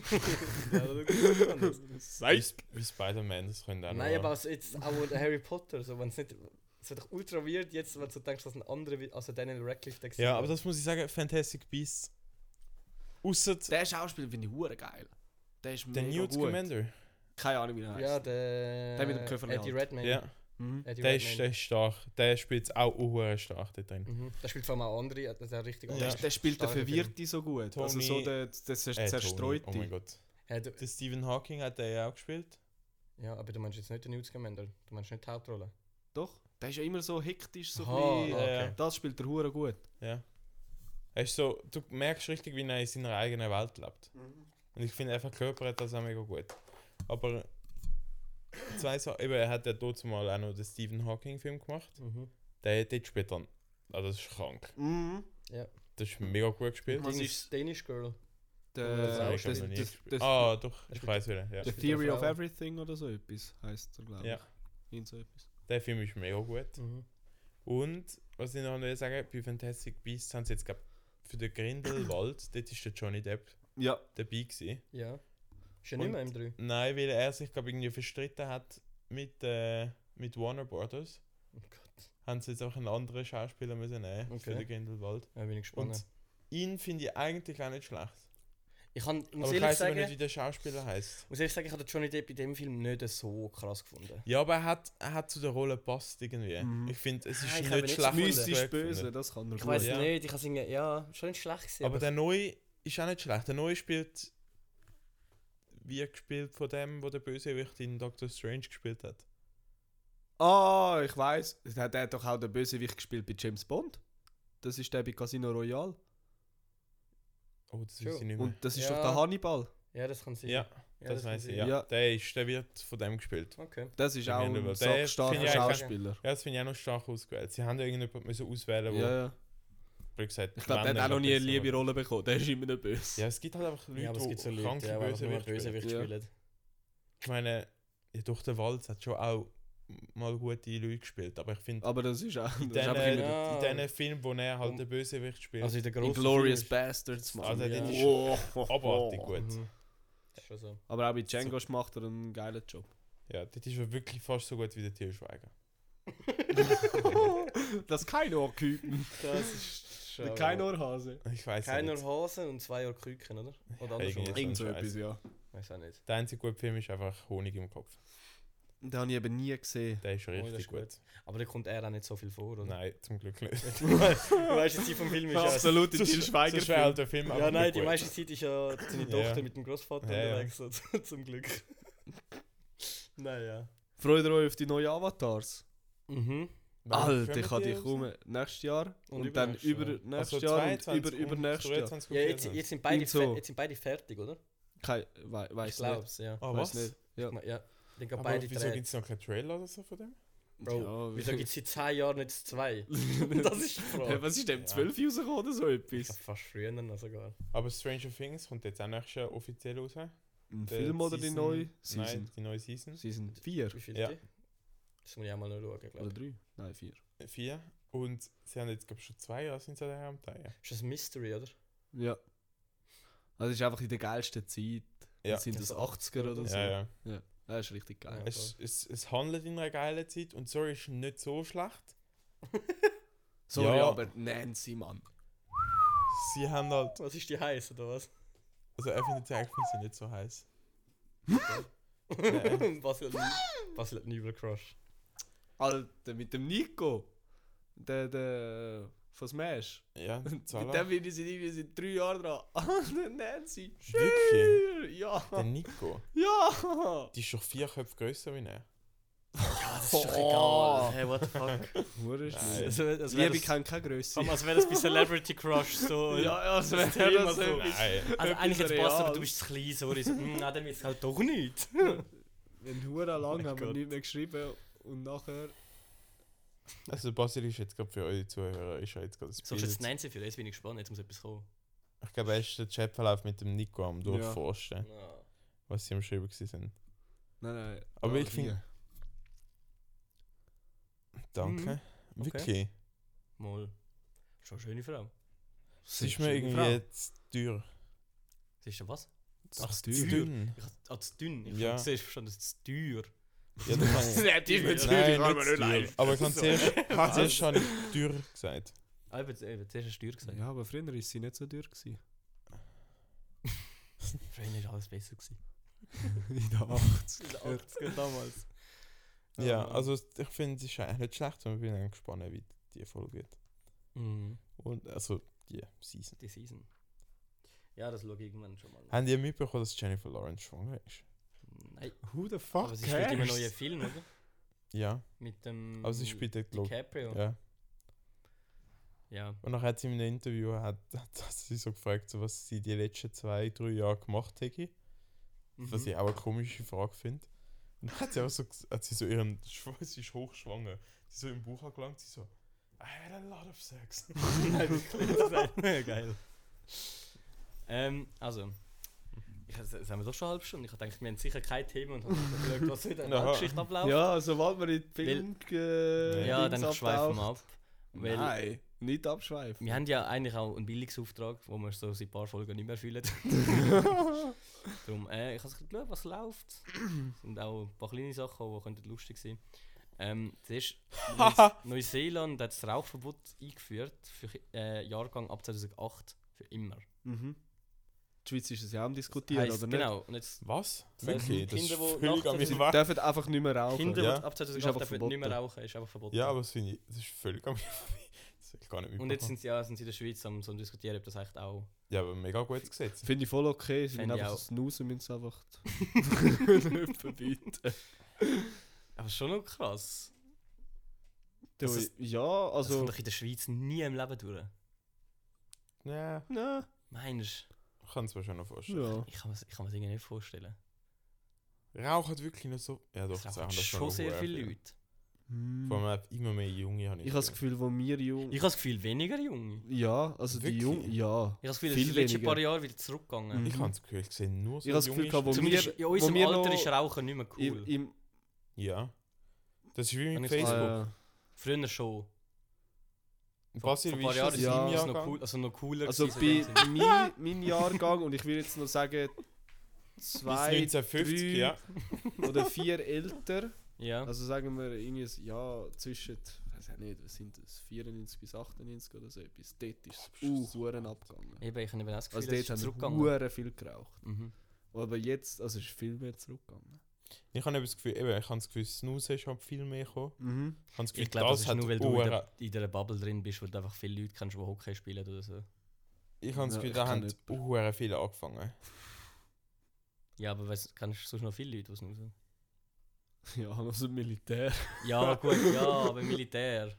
Wie Spider-Man, das könnte auch Nein, noch- aber also jetzt auch der Harry Potter, so, wenn es nicht... Es wird doch ultra weird jetzt, wenn du denkst, dass ein anderer, also Daniel Radcliffe der Ja, aber das muss ich sagen, Fantastic Beasts. Ausser Der Schauspieler finde ich hure geil. Der ist der mega Newt gut. Scamander. Keine Ahnung, wie er heißt. Ja, der... Der mit dem Koffer in der Eddie Hand. Redmayne. Ja, Mhm. Eddie der Redmayne. ist stark. Der spielt auch sehr stark da drin. Mhm. Der spielt vor allem auch andere, der richtig Ja. Der spielt den starke Verwirrte so gut. Also Tony- so der Zerstreute. Tony, oh mein Gott. Film. Der Stephen Hawking hat der ja auch gespielt. Ja, aber du meinst jetzt nicht den Newt Scamander, du meinst nicht die Hauptrolle. Doch, der ist ja immer so hektisch, so Aha, ein bisschen, okay. Das spielt der hure gut. Ja. Er ist so, du merkst richtig, wie er in seiner eigenen Welt lebt. Und ich finde, er verkörpert das auch mega gut. Aber zwei Sachen, eben, er hat ja dort mal auch noch den Stephen Hawking Film gemacht. Der dort spielt dann, also das ist krank. Mhm. Das ist mega gut gespielt. Was Danish, Danish Girl. Das habe ich aber noch nie das, gespielt. das, Ah, doch, ich weiß wieder. Ja. The spielt Theory eine of Frau. Everything oder so etwas heisst er, glaube ich. Ja. Irgend so etwas. Der Film ist mega gut. Mhm. Und, was ich noch will sagen, bei Fantastic Beasts haben sie jetzt, glaub, für den Grindelwald, dort ist der Johnny Depp Ja. dabei gewesen. Ja. Ist ja nicht mehr im 3. Nein, weil er sich, glaube irgendwie verstritten hat mit Warner Brothers. Oh Gott. Haben sie jetzt auch einen anderen Schauspieler müssen nehmen für Okay. den Grindelwald. Ja, bin ich gespannt. Und ihn finde ich eigentlich auch nicht schlecht. Ich Aber muss ich ehrlich weiß aber sagen, nicht, wie der Schauspieler heißt. ich habe den Johnny Depp in dem Film nicht so krass gefunden. Ja, aber er hat zu der Rolle gepasst irgendwie. Mhm. Ich finde, es ist Ah, ich nicht habe nicht schlecht. so Mystisch gefunden. böse, das kann er Ich gut. weiß Ja. nicht, ich habe es ja, schon nicht schlecht gesehen. Aber der neue ist auch nicht schlecht. Der neue spielt wie gespielt von dem, wo der Bösewicht in Doctor Strange gespielt hat. Ah, ich weiß. Der hat doch auch den Bösewicht gespielt bei James Bond. Das ist der bei Casino Royale. Oh, das Schon. weiß ich nicht mehr. Und das ist Ja. doch der Hannibal. Ja, das kann sein. Ja, das kann weiß ich. sein. Ja. Ja. Der wird von dem gespielt. Okay. Das ist Der auch Grindelwald. ein Der finde sackstarker ich eigentlich- Schauspieler. Ja, das finde ich auch noch stark ausgewählt. Sie haben ja irgendjemanden müssen auswählen, wo, Ja. wie gesagt, Ich glaube, der wenn hat auch noch nie eine besser liebe macht. Rolle bekommen. Der ist immer nicht böse. Ja, es gibt halt einfach Leute, Ja, aber es gibt so die Leute, die einfach nur Bösewichte Bösewicht Ja. spielen. Ich meine, ja, durch den Wald hat schon auch mal gute Leute gespielt. Aber ich finde, Aber das ist auch... in Das ist einfach immer diesen Filmen, wo er halt den Bösewicht spielt, Also in der grossen Inglourious Film Bastards, Mann. also der ja. ist abartig gut. Mhm. Das ist schon so. Aber auch bei Django macht er einen geilen Job. Ja, das ist wirklich fast so gut wie der Til Schweiger. Das Keinohrküken. Das ist schon... Der Keinohrhase. Ich weiß Keiner nicht. Hase und 2 Jahre Küken, oder? Oder Ja, andersrum? irgendwie Irgend so Scheiß. etwas, ja. Weiß auch nicht. Der einzige gute Film ist einfach Honig im Kopf. Den habe ich eben nie gesehen. Der ist das richtig ist gut. gut. Aber da kommt er auch nicht so viel vor, oder? Nein, zum Glück nicht. Du weißt, die Zeit vom Film ist ja... Absolut, in Til Schweiger Das wäre halt der Film Ja, aber nein, nicht die gut. meiste Zeit ist ja seine Ja. Tochter mit dem Großvater Ja, ja. unterwegs, so, zum Glück. Naja. Freut ihr euch auf die neuen Avatars? Mhm. Alter, ich habe die kommen nächstes Jahr Und und, dann übernächstes über Jahr. nächstes Also Jahr und 22 übernächstes Jahr. 23 und Ja, jetzt, 24. sind beide Irgend so. jetzt sind beide fertig, oder? Kein, Ich weiß glaube nicht. es, ja. Ah, Weiß was? nicht. Ja. Ja, ich denke Aber beide wieso drehen. gibt es noch keinen Trailer oder so von dem? Bro, Ja, wieso gibt es seit 10 Jahren nicht 2? Das ist die Frage. Was ist denn, Ja. 12 rausgekommen oder so Ich etwas? glaube fast früher noch sogar. Aber Stranger Things kommt jetzt auch nächstes Jahr offiziell raus. Ein Der Film oder die Season- neue Season? Nein, die neue Season. Season 4 Wie viel Ja. die? Das muss ich auch mal noch schauen, oder glaube 3? Nein, 4. 4. Und sie haben jetzt, glaube ich, schon 2 Jahre sind sie da am Teil. ich. Ist das ein Mystery, oder? Ja. Also es ist einfach in der geilsten Zeit. Ja. Sind das Das 80er oder so? Ja, ja. Das ist richtig geil. Ja. Es handelt in einer geilen Zeit und so ist nicht so schlecht. Sorry, Ja. aber Nancy, Mann. Sie haben halt. Was ist die heiß, oder was? Also, er findet sie eigentlich sie nicht so heiß. Basil hat einen übel Crush. Alter, mit dem Nico. Der von Smash. Ja, Mit Zala. dem bin ich seit 3 Jahren dran. Der Nancy. Wirklich? Ja. Der Nico. Ja. Die ist doch 4 Köpfe grösser wie er. Ja, das ist doch Oh. egal. Hey, what the fuck? Hure Nein. schnell. Also, wär Liebe das, kennt keine Größe. als wäre das bei Celebrity Crush so. Ja, das wäre Thema das so. so. Nein. Also eigentlich jetzt passt, aber Real. du bist zu klein, sorry. So, nein, dann wird es halt doch nicht. Wenn hure lang mein haben wir Gott. nicht mehr geschrieben und nachher. Also, Basil ist jetzt gerade für eure Zuhörer, ist ja jetzt gerade das So ist jetzt Bild. Nancy für, jetzt bin ich gespannt, jetzt muss etwas kommen. Ich glaube, er ist der Chatverlauf mit dem Nico am Durchforschen, Ja. was sie am Schreiben waren. Nein. Aber ich hier. finde. Danke. Okay. Wirklich. Mal. Schon eine schöne Frau. Es ist mir schöne irgendwie Frau. jetzt teuer. Sie ist schon was? Ach, Zu teuer. dünn. Zu dünn. Ich Ja. sehe schon, das ist zu teuer. Ja, du kannst. Nein, die ist mir zu Nein, teuer, kann man nicht nicht teuer. leiden. Aber ich kann zuerst habe ich teuer gesagt. Ah, ich habe zuerst eine Steuer gesagt. Ja, aber früher war sie nicht so teuer. Gewesen. Früher war alles besser gewesen. In den 80 In den 80ern damals. Ja, also ich finde, es ist eigentlich nicht schlecht, und ich bin eigentlich gespannt, wie die Folge wird. Mhm. Und also die Season. Die Season. Ja, das schaue ich irgendwann schon mal. Haben die mitbekommen, dass Jennifer Lawrence schwanger ist? Nein. Who the fuck Aber sie spielt immer einen neuen Film, oder? Ja, Mit dem. aber sie spielt dort, glaub DiCaprio. ja. Ja. Und dann hat sie in einem Interview hat sie so gefragt, so, was sie die letzten 2-3 Jahre gemacht hätte. Was ich auch eine komische Frage finde. Und dann hat sie auch so, hat sie so ihren, sie ist hochschwanger, sie so im Buch angelangt, sie so, I had a lot of sex. Geil. Also. Jetzt haben wir doch schon eine halbe Stunde. Ich dachte, wir haben sicher kein Thema und haben geschaut, was in der Aha. Weltgeschichte abläuft. Ja, sobald wir in die Film Ja, dann Dings schweifen wir abtaucht. ab. Weil Nein, nicht abschweifen. wir haben ja eigentlich auch einen Bildungsauftrag, wo wir so seit ein paar Folgen nicht mehr fühlen. Darum, ich habe geschaut, was läuft. Es sind auch ein paar kleine Sachen, die könnten lustig sein. Zuerst Neuseeland hat das Rauchverbot eingeführt für Jahrgang ab 2008 für immer. Mhm. Die Schweiz ist es ja am Diskutieren, Heisst, oder nicht? genau. Und jetzt Was? Das heisst, Wirklich? Das ist Kinder, die völlig nach an mir Sie vorbei. dürfen einfach nicht mehr rauchen. Kinder, Ja. die ab Ist 2008 einfach dürfen nicht mehr verboten. rauchen, ist einfach verboten. Ja, aber das finde ich, das ist völlig an mir vorbei. Das will ich gar nicht Und jetzt mitbekommen. sind sie in der Schweiz am so diskutieren, ob das echt auch... Ja, aber mega gutes Gesetz. Finde ich voll okay. Sie Fände müssen ich einfach auch. snoosen, müssen sie einfach nicht verbieten. Aber schon noch krass. Das ist- ja, Das also... kommt doch in der Schweiz nie im Leben durch. Ja, Ja. Meinst ich kann es mir schon noch vorstellen. Ja. Ich kann mir das irgendwie nicht vorstellen. Rauchen wirklich nicht so. Ja, doch, Es das rauchen das schon noch sehr sehr viele viel. Leute. Vor allem auch immer mehr Junge habe Ich habe das Gefühl, wo wir jung... Ich habe das Gefühl, weniger Junge. Ja, also die Wirklich? Jungen... Ja. Ich habe das Gefühl, es Viel ist in den letzten weniger. paar Jahren wieder zurückgegangen. Ich habe das Gefühl, ich sehe nur so Ich habe das junge Gefühl gehabt, wo Stimmen. wir- Zumindest in unserem wir Alter noch- ist Rauchen nicht mehr cool. Im, Ja. Das ist wie mit Habe ich das Facebook. Früher schon. Basil, Vor wie ein ist paar das Jahren in deinem ist es noch Jahrgang? cool, also noch cooler Also gewesen, bei so in dem Sinn. mein Jahrgang, und ich würde jetzt noch sagen, Bis 2, 1950, 3 ja. oder 4 älter. Ja. Also sagen wir irgendwie ein Jahr zwischen, ich weiß nicht, was sind das, 94 bis 98 oder so etwas. Dort ist es Huren abgegangen. Eben, ich habe eben auch das Gefühl, Also es ist dort haben zurückgegangen. Huren viel geraucht. Mhm. Aber jetzt, also ist viel mehr zurückgegangen. Ich habe das Gefühl, ich habe das Gefühl, Snooze ist halt viel mehr gekommen. Ich habe das Gefühl, Ich glaube, das ist hat nur, weil du Uhren- in dieser Bubble drin bist, wo du einfach viele Leute kennst, die Hockey spielen oder so. Ich habe das Ja, Gefühl, ich da kenn haben jemanden. Uhren viele angefangen. Ja, aber kennst du sonst noch viele Leute, die es nur so... Ja, also Militär. Ja, gut, ja, aber Militär.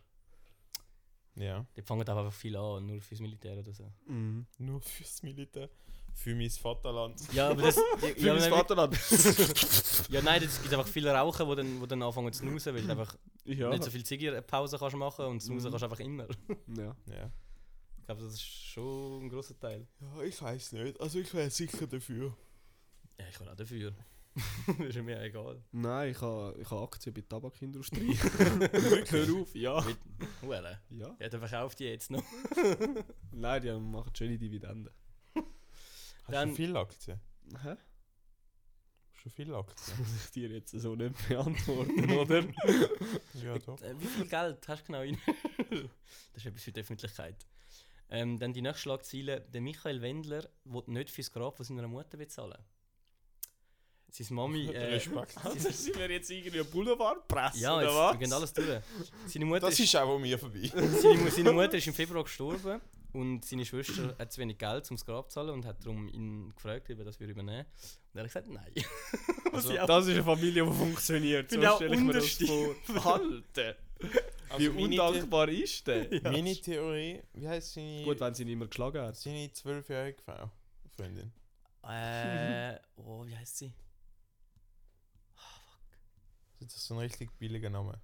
Ja. Die fangen einfach viel an, nur fürs Militär oder so. Nur fürs Militär. Für mein Vaterland. Ja, aber das... Für ja, mein nein, Vaterland. ja, nein, es gibt einfach viele Raucher, die dann anfangen zu snoozen, weil du einfach Ja. nicht so viel Zigarrenpause kannst machen und snoozen kannst einfach immer. Ja. Ja. Ich glaube, das ist schon ein grosser Teil. Ja, ich weiß nicht. Also ich wäre sicher dafür. Ja, ich bin auch dafür. ist mir egal. Nein, ich habe Aktien bei der Tabakindustrie. Hör auf, ja. Mit Huren. Ja. Ja, dann verkauft die jetzt noch. Nein, die machen schöne Dividenden. Hast Dann- du viele Aktien? Hä? Schon viele Aktien? Das muss ich dir jetzt so nicht beantworten, oder? Ja, doch. Wie viel Geld hast du genau rein? Das ist etwas für die Öffentlichkeit. Dann die nächste Schlagzeile. Der Michael Wendler will nicht fürs Grab von seiner Mutter bezahlen. Seine Mami... Respekt. Sind wir jetzt irgendwie eine Boulevardpresse, ja, oder jetzt, was? wir gehen alles durch. Seine Mutter Das ist auch an mir vorbei. seine Mutter ist im Februar gestorben und seine Schwester hat zu wenig Geld, um das Grab zu zahlen und hat darum ihn gefragt, ob er das übernehmen würde. Und er hat gesagt, nein. Was ich auch- Das ist eine Familie, die funktioniert. Bin So auch stelle ich mir das unterste. vor. Alter! Wie Also meine undankbar ist der? Meine Theorie, wie heisst seine, Gut, wenn sie ihn immer geschlagen hat. seine 12-jährige Frau? Freundin. Oh, wie heißt sie? Das ist so ein richtig billiger Name.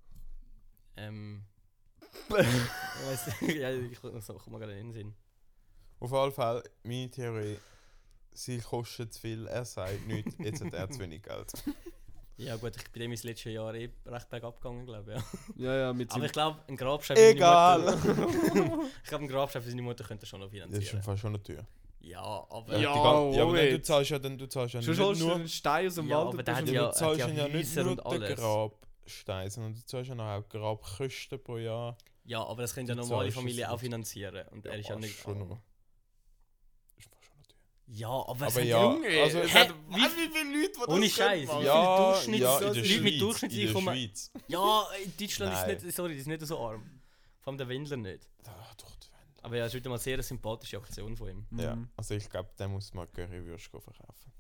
Weiss nicht, ja, ich komme mir gerade in den Sinn. Auf jeden Fall, meine Theorie, sie kostet zu viel, er sagt nichts, jetzt hat er zu wenig Geld. Ja gut, bei dem ist das letzte Jahr recht bergab gegangen, glaube ich. Ja. Ja, ja, mit Aber seinem... ich glaube, ein Grabstein Egal! Ich glaube, ein Grabstein für seine Mutter könnte er schon noch Das ist im finanzieren. Fall schon eine Tür. Ja, aber... Ja, aber oh, dann, jetzt. du zahlst ja nicht Schon nur... holst du einen Stein aus dem Ja, Wald aber und der tust hat ihn- ja- du zahlst ja ja nicht Häuser nur und den alles. Grabstein, sondern du zahlst ja noch auch Grabkosten pro Jahr. Ja, aber das können ja Du normale zahlst es Familien auch nicht. finanzieren. Und er ist ja nicht... schon noch. Ist fast schon eine Tür. Ja, aber, Aber es ja, hat also Es Hä? hat wie viele Leute, die das Ohne Scheiß, machen? wie Ja, viel ja, in der Leute mit Schweiz. Durchschnittseinkommen... In der Schweiz. Ja, in Deutschland Nein. ist nicht, sorry, die ist nicht so arm. Vor allem der Wendler nicht. Ah, doch, die Wände. Aber ja, es ist wieder mal sehr eine sympathische Aktion von ihm. Ja, Mhm. also ich glaube, der muss mal Currywurst verkaufen.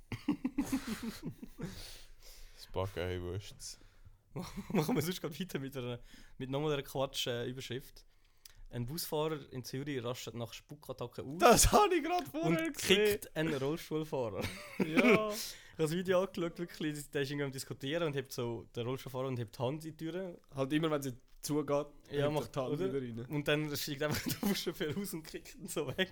Ein paar Currywursts. Machen wir sonst gerade weiter mit nochmal einer Quatsch-Überschrift. Ein Busfahrer in Zürich rastet nach Spuckattacken aus Das habe ich gerade vorher und gesehen. kickt einen Rollstuhlfahrer. Ja. Ich habe das Video angeschaut, wirklich, der ist irgendwie am Diskutieren und hebt so den Rollstuhlfahrer und hebt die Hand in die Tür. Halt immer, wenn sie zugeht, Ja, hebt macht die Hand oder? wieder rein. Und dann steigt einfach der Buschauffeur raus und kickt ihn so weg.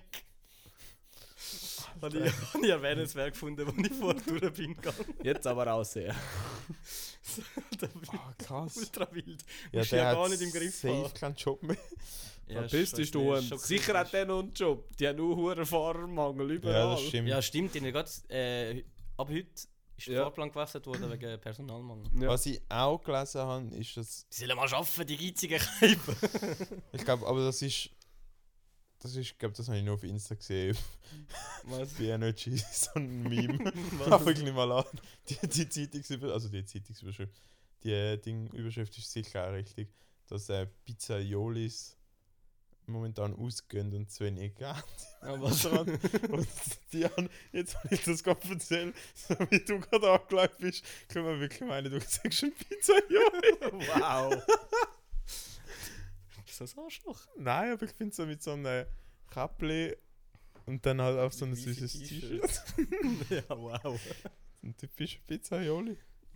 Habe ich erwähnenswert gefunden, als ich vorher durch bin gegangen. Jetzt aber auch sehr. Der Ah, krass. ultra wild. Ja, Musst der ja hat gar nicht im Griff safe haben. keinen Job mehr. Ja, Verpiss dich, du ist Hund. schon Sicher kritisch. hat der noch einen Job. Die haben nur hohen Fahrermangel überall. Ja, das stimmt. Ja, stimmt. Ab heute ist der Ja. Fahrplan gewechselt worden wegen Personalmangel. Ja. Was ich auch gelesen habe, ist, dass... Die sollen mal arbeiten, die geizigen Keipen. Ich glaube, aber das ist... Ich glaube, das habe ich nur auf Insta gesehen. Was? Bei Energy, so ein Meme. Was? Aber wirklich mal an. Die Zeitungsüberschrift, also die Zeitungsüberschrift, die Überschrift ist sicher auch richtig, dass Pizzaiolis momentan ausgehen und zu wenig Geld was? dran. Und die haben, jetzt habe ich das gerade erzählt, so wie du gerade angelegt bist, können wir wirklich meinen, du sagst ein Pizzaioli. Wow. Ist das Arschloch? Nein, aber ich finde so mit so einem Kappli und dann halt auf so ein Weiße süßes T-Shirt. T-Shirt. Ja, wow. Ein typischer Pizzaioli.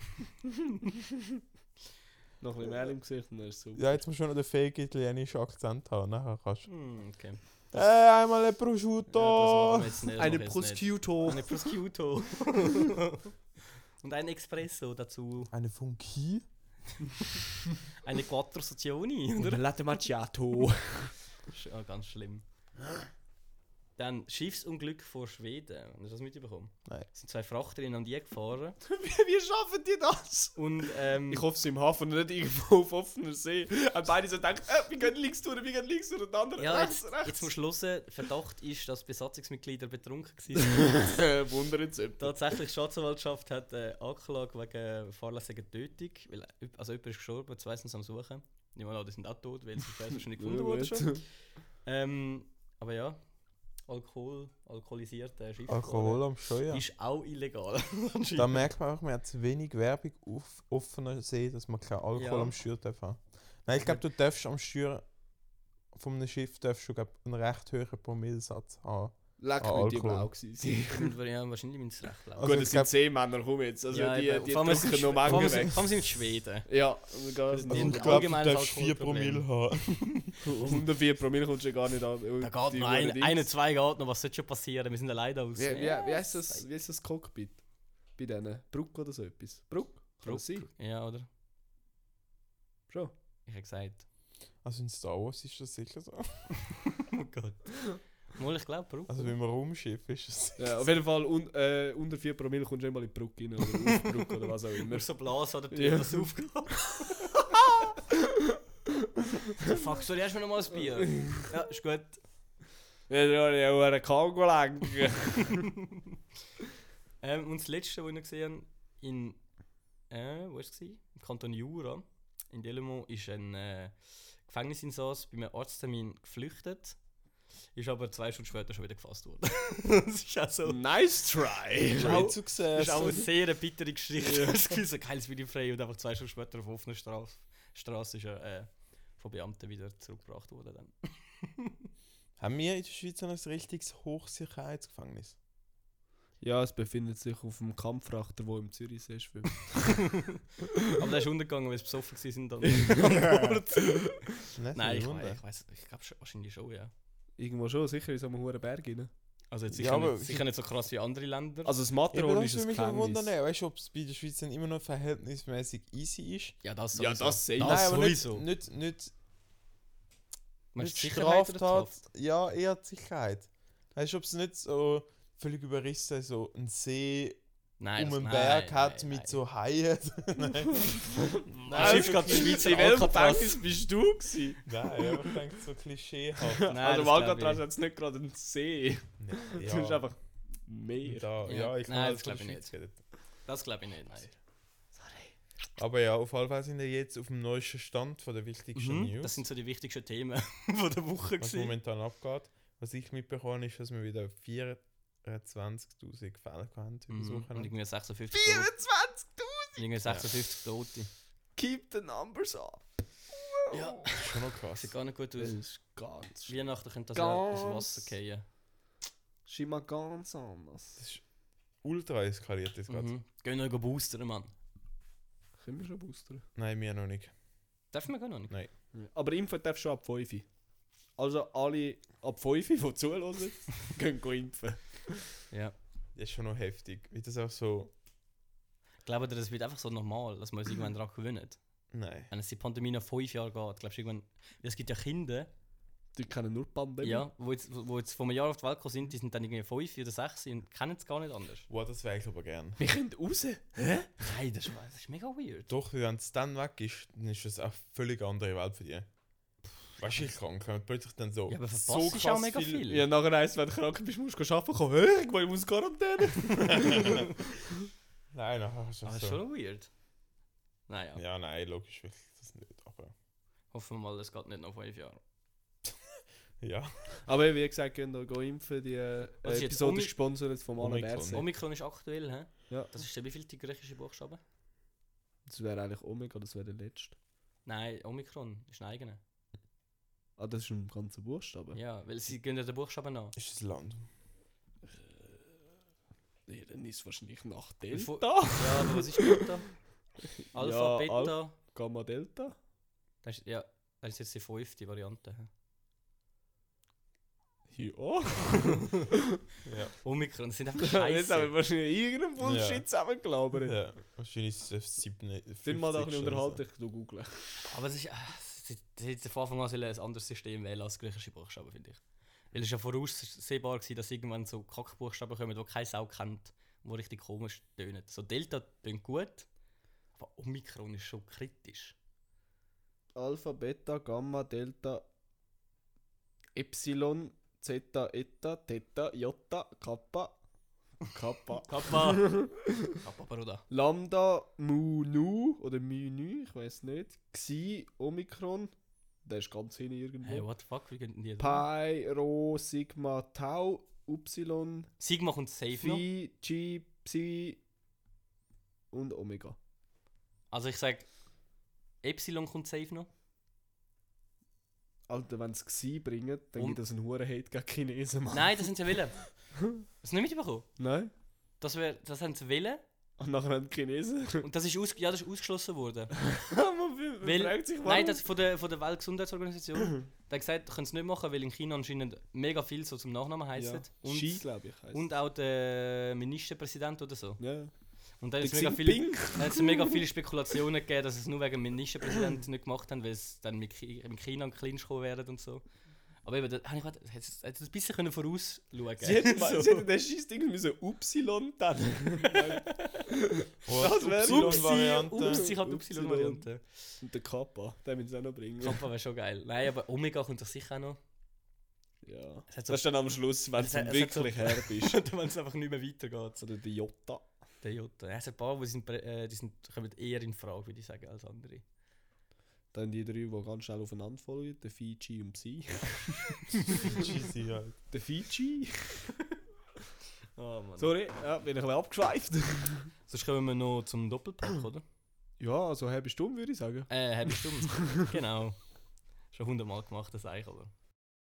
Noch ein bisschen Mehl im Gesicht und dann ist es super. Ja, jetzt musst du noch den fake italienischen Akzent haben, nachher kannst du... Okay. Einmal ein Ja, Prosciutto! das machen wir jetzt nicht, das Eine mache ich jetzt nicht. Prosciutto. Eine Prosciutto. Und ein Espresso dazu. Eine Funky? Eine Quattro Stazioni, Und oder? ein Latte Macchiato. Das ist auch ganz schlimm. Dann Schiffsunglück vor Schweden. Hast du das mitbekommen? Nein. Es sind 2 Frachter ineinander gefahren. Wie schaffen die das? Und Ich hoffe, sie im Hafen und nicht irgendwo auf offener See. Und beide so denken, wir gehen links durch, und der andere ja, rechts, jetzt zum Schluss, Verdacht ist, dass Besatzungsmitglieder betrunken waren. Wunderrezept. Tatsächlich, die Staatsanwaltschaft hat Anklage wegen fahrlässiger Tötung. Weil, also jemand ist gestorben, zwei sind sie am Suchen. Ich meine, die sind auch tot, weil sie wahrscheinlich gefunden wurden schon. Aber ja, alkoholisierte Schiff Alkohol am Steuer. ist auch illegal. Da merkt man auch, man hat zu wenig Werbung auf offener See, dass man kein Alkohol Ja. am Steuer darf haben. Nein, ich glaube, du darfst am Steuer von einem Schiff darfst du, glaub, einen recht hohen Promillesatz haben. Leck Ah, mit die Alkohol. blau gewesen. Ja, wahrscheinlich sind es recht blau. Also Gut, ich es glaub- sind Seemänner, komm jetzt. Also Ja, die eben. die Vor allem drücken noch vor allem Mengen sind- weg. vor allem sind Schweden. Ja, und Die Also haben ich ein glaube, du allgemeines darfst 4 Alkoholproblem. Promille haben. 104 Promille kommst du ja gar nicht an. Da geht noch eine, zwei geht noch, was sollte schon passieren? Wir sind alleine aus. Wie heisst das Cockpit? Bei denen? Bruck oder so etwas? Bruck? Kann das sein? Ja, oder? Schon. Ich habe gesagt. Also in Star Wars ist das sicher so. Oh Gott. Mal, ich glaube, Bruck. Also wenn man Raumschiff ist es. Ja, auf jeden Fall unter 4 Promille kommst du einmal in die Bruck rein oder auf die Bruck oder was auch immer. Nur so Blasen an der Ja. Tür, das aufgeht. So, fuck, sorry, hast du mir noch mal ein Bier? Ja, ist gut. Ja, ja, ja, einen Kango lenken. Und das letzte, was ich noch gesehen habe, in. Wo war es? Im Kanton Jura. In Delemont ist ein Gefängnisinsass bei einem Arzttermin geflüchtet. Ist aber 2 Stunden später schon wieder gefasst worden. Das ist auch so. Nice try! Ist auch- zu Das ist auch eine sehen. sehr bittere Geschichte. Ich habe das Gefühl, so geiles Video frei und einfach 2 Stunden später auf offener Straße ist er von Beamten wieder zurückgebracht worden. Dann. Haben wir in der Schweiz noch ein richtiges Hochsicherheitsgefängnis? Ja, es befindet sich auf dem Kampfrachter, der im Zürichsee schwimmt. Aber der ist untergegangen, weil sie besoffen waren. Dann. Nicht Nein, so wunder. ich glaube wahrscheinlich schon, ja. Irgendwo schon, sicher in so einem hohen Berg rein. Also jetzt Ja, sicher, aber- sicher nicht so krass wie andere Länder. Also das Ja, Matterhorn aber ist das ein würde mich auch wundern, Gefängnis. weißt du, ob es bei der Schweiz dann immer noch verhältnismäßig easy ist. Ja, das Ja, sowieso. das sehe ich. Das Nein, aber sowieso. nicht Meinst du die nicht Sicherheit oder die Straftat, Haft? ja, eher die Sicherheit. Weißt du, ob es nicht so völlig überrissen so ein See Nein, um das- einen nein, Berg hat nein, mit nein. so Haien. Nein, Das Schiff geht die Schweizer In welchem Alcatraz. Gefängnis bist du gewesen? Nein, aber ich denke so klischeehaft. Nein, Also im das glaub Alcatraz ich. hat es nicht gerade einen See. Nee, Du bist einfach Meer. Da, Ja. ja, ich Nein, kann das glaub ich nicht. reden. Das glaube ich nicht. Nein. Aber ja, auf jeden Fall sind wir jetzt auf dem neuesten Stand von der wichtigsten News. Das sind so die wichtigsten Themen von der Woche. was gewesen. momentan abgeht. Was ich mitbekommen ist, dass wir wieder 24'000 Fälle haben über das Mhm. Und Wochenende. irgendwie 56 Tote. 24'000! Irgendwie 56 Tote. Keep the numbers up! Ja. Das ist schon noch krass. Sieht gar nicht gut Das aus. ist ganz... Weihnachten könnte das ja ins Ganz- Wasser fallen. Ist immer ganz anders. Das ist ultra eskaliert jetzt gerade. Mhm. Gehen wir boostern, Mann. Können wir schon boostern? Nein, wir noch nicht. Dürfen wir gar noch nicht? Nein. Aber impfen darfst du schon ab 5. Also alle ab 5, die zuhören, gehen impfen. Ja. Das ist schon noch heftig. Wie das auch so. Ich glaube, das wird einfach so normal, dass man uns irgendwann daran gewöhnt. Nein. Wenn es die Pandemie nach 5 Jahren geht, glaubst du irgendwann... Es gibt ja Kinder, Die kennen nur die Pandemie. ja, wo jetzt vor einem Jahr auf die Welt gekommen sind, die sind dann irgendwie 5 oder 6 und kennen es gar nicht anders. Wow, das wäre ich aber gern. Wir können raus. Nein, das ist mega weird. Doch, wenn es dann weg ist, dann ist das eine völlig andere Welt für dich. Weißt du, ich krank, wenn man plötzlich dann so. Ja, aber so verpasst ist auch krass mega viel. Ja, nachher heisst, wenn du krank bist, musst du arbeiten kommen. Hä? Ich muss Quarantäne. Nein, nachher hast du Aber das das ist so. schon weird. Naja, Ja, nein, logisch will ich das nicht. Aber hoffen wir mal, das geht nicht noch 5 Jahre. ja. Aber wie gesagt, gehen da impfen. Die Was ist jetzt Episode Omi- ist gesponsert vom Alain Omikron. Berset. Omikron ist aktuell, hä? Ja. Das ist wie viel die griechische Buchstaben? Das wäre eigentlich Omega, das wäre der letzte. Nein, Omikron ist ein eigener. Ah, das ist ein ganzer Buchstabe. Ja, weil sie gehen ja den Buchstaben an. Ist das Land? Nee, dann ist es wahrscheinlich nach Bevor- Delta. Ja, aber was ist Delta? Alpha, Ja, Beta. Gamma Delta. Das ist, ja, das ist jetzt die 5. Variante. hä? Ja. Ja. Omikron, das sind einfach Jetzt haben wir scheiße. wahrscheinlich irgendeinen Bullshit Ja. zusammengelabert. Ja. Wahrscheinlich ist es 7. Dann mal da ein bisschen unterhalten, ich google. Aber es ist, sie hätten von Anfang an sollen ein anderes System wählen als griechische Buchstaben, finde ich. Weil es ja voraussehbar war, dass irgendwann so Kackbuchstaben kommen, die keine Sau kennt, die richtig komisch tönen. So Delta tönt gut, aber Omikron ist schon kritisch. Alpha, Beta, Gamma, Delta, Epsilon, Zeta, Eta, Theta, Jota, Kappa, Kappa, Kappa! Kappa, Bruder. Lambda, Mu, Nu oder Mu, Nu, ich weiß nicht. Xi, Omikron, der ist ganz hin irgendwo. Hey, what the fuck, wie könnten die Pi, Rho, Sigma, Tau, Upsilon, Sigma kommt safe noch. Phi, Chi, Psi und Omega. Also ich sag, Epsilon kommt safe noch. Alter, wenn sie Xi bringen, dann Und- gibt es einen hohen Hate gegen Chinesen, Mann. Nein, das sind sie wollen. Hast du nicht mitbekommen? Nein? Das haben sie wollen Und nachher haben die Chinesen... und das ist, das ist ausgeschlossen worden. Man Weil- fragt sich, warum. Nein, das von der Weltgesundheitsorganisation. Der hat gesagt, können es nicht machen, weil in China anscheinend mega viel so zum Nachnamen heisst. ja. Xi, glaube ich, heisst. Und auch der Ministerpräsident oder so. Ja. Und da Der hat es mega viele Spekulationen gegeben, dass es nur wegen dem Ministerpräsidenten nicht gemacht haben, weil es dann mit China in Clinch kommen werden und so. Aber eben, da habe ich gedacht, hätte ein bisschen können vorausschauen können. Sie hätten So. den Scheiß-Ding müssen Upsilon dann. Oh, Das wär- Upsilon-Variante. Upsi hat Y-Variante. Und der Kappa, den müssen sie auch noch bringen. Kappa wäre schon geil. Nein, aber Omega kommt doch sicher auch noch. Ja. Es hat so, Das ist dann am Schluss, wenn Es du hat- es hat wirklich her bist. wenn es einfach nicht mehr weitergeht. Oder der Jota. Der Jota. Ja, es hat ein paar, die kommen eher in Frage, würde ich sagen, als andere. Dann die drei, die ganz schnell aufeinander folgen. Der Fiji und Psi. Cheesy halt. Der Fiji. Oh Mann. Sorry, ja, bin ich ein bisschen abgeschweift. Sonst kommen wir noch zum Doppelpack, oder? Ja, also halbe Stunde würde ich sagen. Halbe Stunde. Genau. Schon 100-mal gemacht, das eigentlich, aber.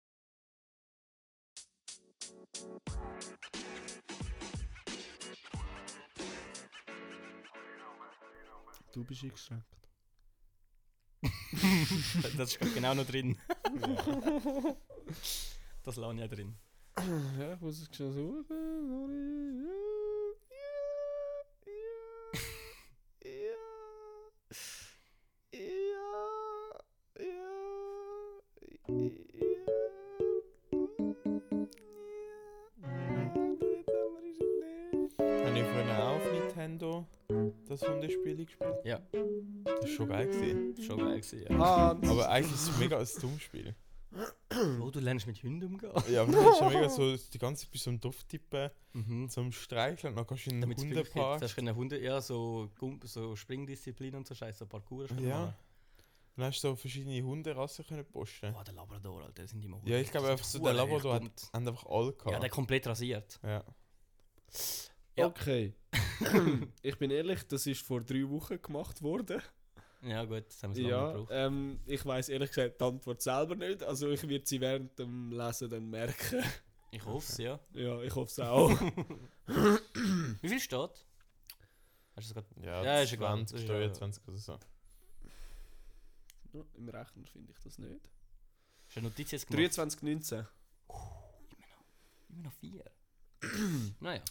Du bist eingeschränkt. Das ist grad genau noch drin. Das lasse ich auch drin. Ja, ich muss es schnell suchen. Habe ich vorhin auch auf Nintendo das Hundespiel gespielt? Ja. Das ist schon geil gewesen. Schon geil gewesen, ja. Hans. Aber eigentlich ist es mega ein dummes Spiel. Oh, du lernst mit Hunden umgehen. Ja, aber das ist ja mega so, die ganze Zeit bis zum Dufttippen, Mhm. zum Streicheln, dann gehst du in einen Damit es wirklich Hundepark. Das können Hunde, ja, so Springdisziplin und so Scheiße, so Parkour. Ja. Dann hast du so verschiedene Hunderassen können posten. Oh, der Labrador, Alter, die sind immer Ja, ich glaube einfach so, der Labrador haben einfach alle gehabt. Ja, der komplett rasiert. Ja. Ja. Okay. Ich bin ehrlich, das ist vor 3 Wochen gemacht worden. Ja, gut, das haben wir so lange Ja, gebraucht. ich weiss ehrlich gesagt die Antwort selber nicht. Also ich werde sie während dem Lesen dann merken. Ich hoffe es, ja. Ja, ich hoffe es auch. Wie viel steht? Hast du es gerade? Ja, Ja, ist egal. 20, Ist ja- 23 oder so. Ja, im Rechner finde ich das nicht. Hast du eine Notiz jetzt gemacht? 23,19. Immer noch 4. Naja.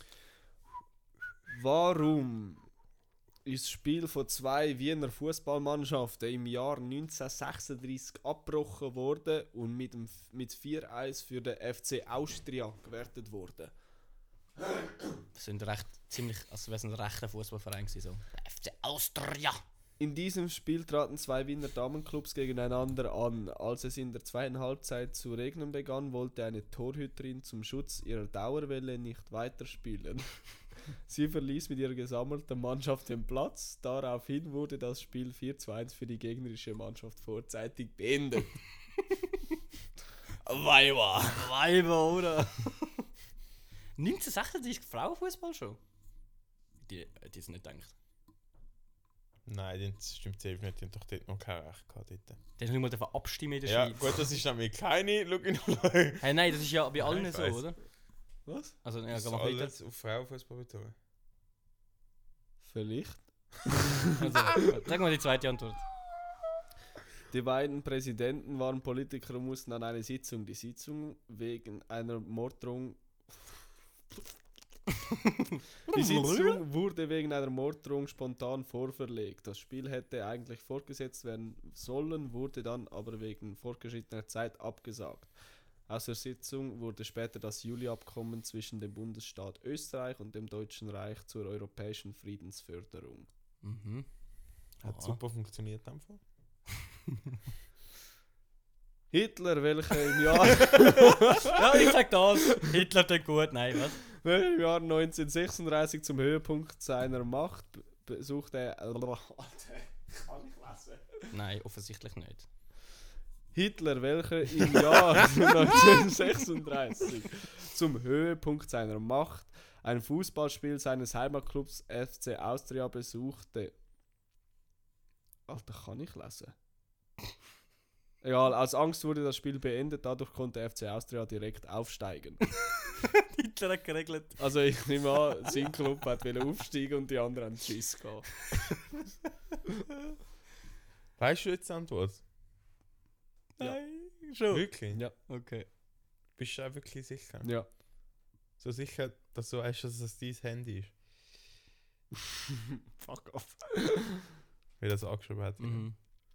Warum ist das Spiel von 2 Wiener Fußballmannschaften im Jahr 1936 abgebrochen worden und mit 4-1 für den FC Austria gewertet worden? Das sind recht ziemlich, also wäre es ein rechter Fußballverein gewesen, so. Der FC Austria! In diesem Spiel traten 2 Wiener Damenclubs gegeneinander an. Als es in der zweiten Halbzeit zu regnen begann, wollte eine Torhüterin zum Schutz ihrer Dauerwelle nicht weiterspielen. Sie verließ mit ihrer gesammelten Mannschaft den Platz. Daraufhin wurde das Spiel 4:1 für die gegnerische Mannschaft vorzeitig beendet. Weiber, oder? 1936 Frauenfußball schon? Die hätte ich nicht gedacht. Nein, das stimmt safe nicht. Die haben doch dort noch kein Recht gehabt. Dort. Die haben nicht mal abstimmen in der Ja, Schweiz. gut, das ist nämlich keine Login. Hey, nein, das ist ja bei allen ich so, weiss. oder? Was? Also, ja, Das geh ist mal weiter. alles auf Frauenfußball bezogen. Vielleicht. Also, sag mal die zweite Antwort. Die beiden Präsidenten waren Politiker und mussten an eine Sitzung. Die Sitzung wegen einer Morddrohung. Die Sitzung wurde wegen einer Morddrohung spontan vorverlegt. Das Spiel hätte eigentlich fortgesetzt werden sollen, wurde dann aber wegen fortgeschrittener Zeit abgesagt. Aus der Sitzung wurde später das Juli-Abkommen zwischen dem Bundesstaat Österreich und dem Deutschen Reich zur europäischen Friedensförderung. Mhm. Hat super funktioniert einfach. Hitler, welcher im Jahr, Ja, ich sag das. Hitler tut gut. Nein, was? welcher im Jahr 1936 zum Höhepunkt seiner Macht besuchte er. Kann ich lesen? Nein, offensichtlich nicht. Hitler, welcher im Jahr 1936 zum Höhepunkt seiner Macht ein Fußballspiel seines Heimatclubs FC Austria besuchte. Alter, kann ich lesen? Egal, als Angst wurde das Spiel beendet, dadurch konnte FC Austria direkt aufsteigen. Hitler hat geregelt. Also ich nehme an, sein Club hat aufsteigen und die anderen haben Schiss gehabt. Weißt du jetzt die Antwort? Nein, schon. Wirklich? Ja. Okay. Bist du auch wirklich sicher? Ja. So sicher, dass du weißt, dass es dein Handy ist? Fuck off. Wie das angeschrieben hat. Mhm.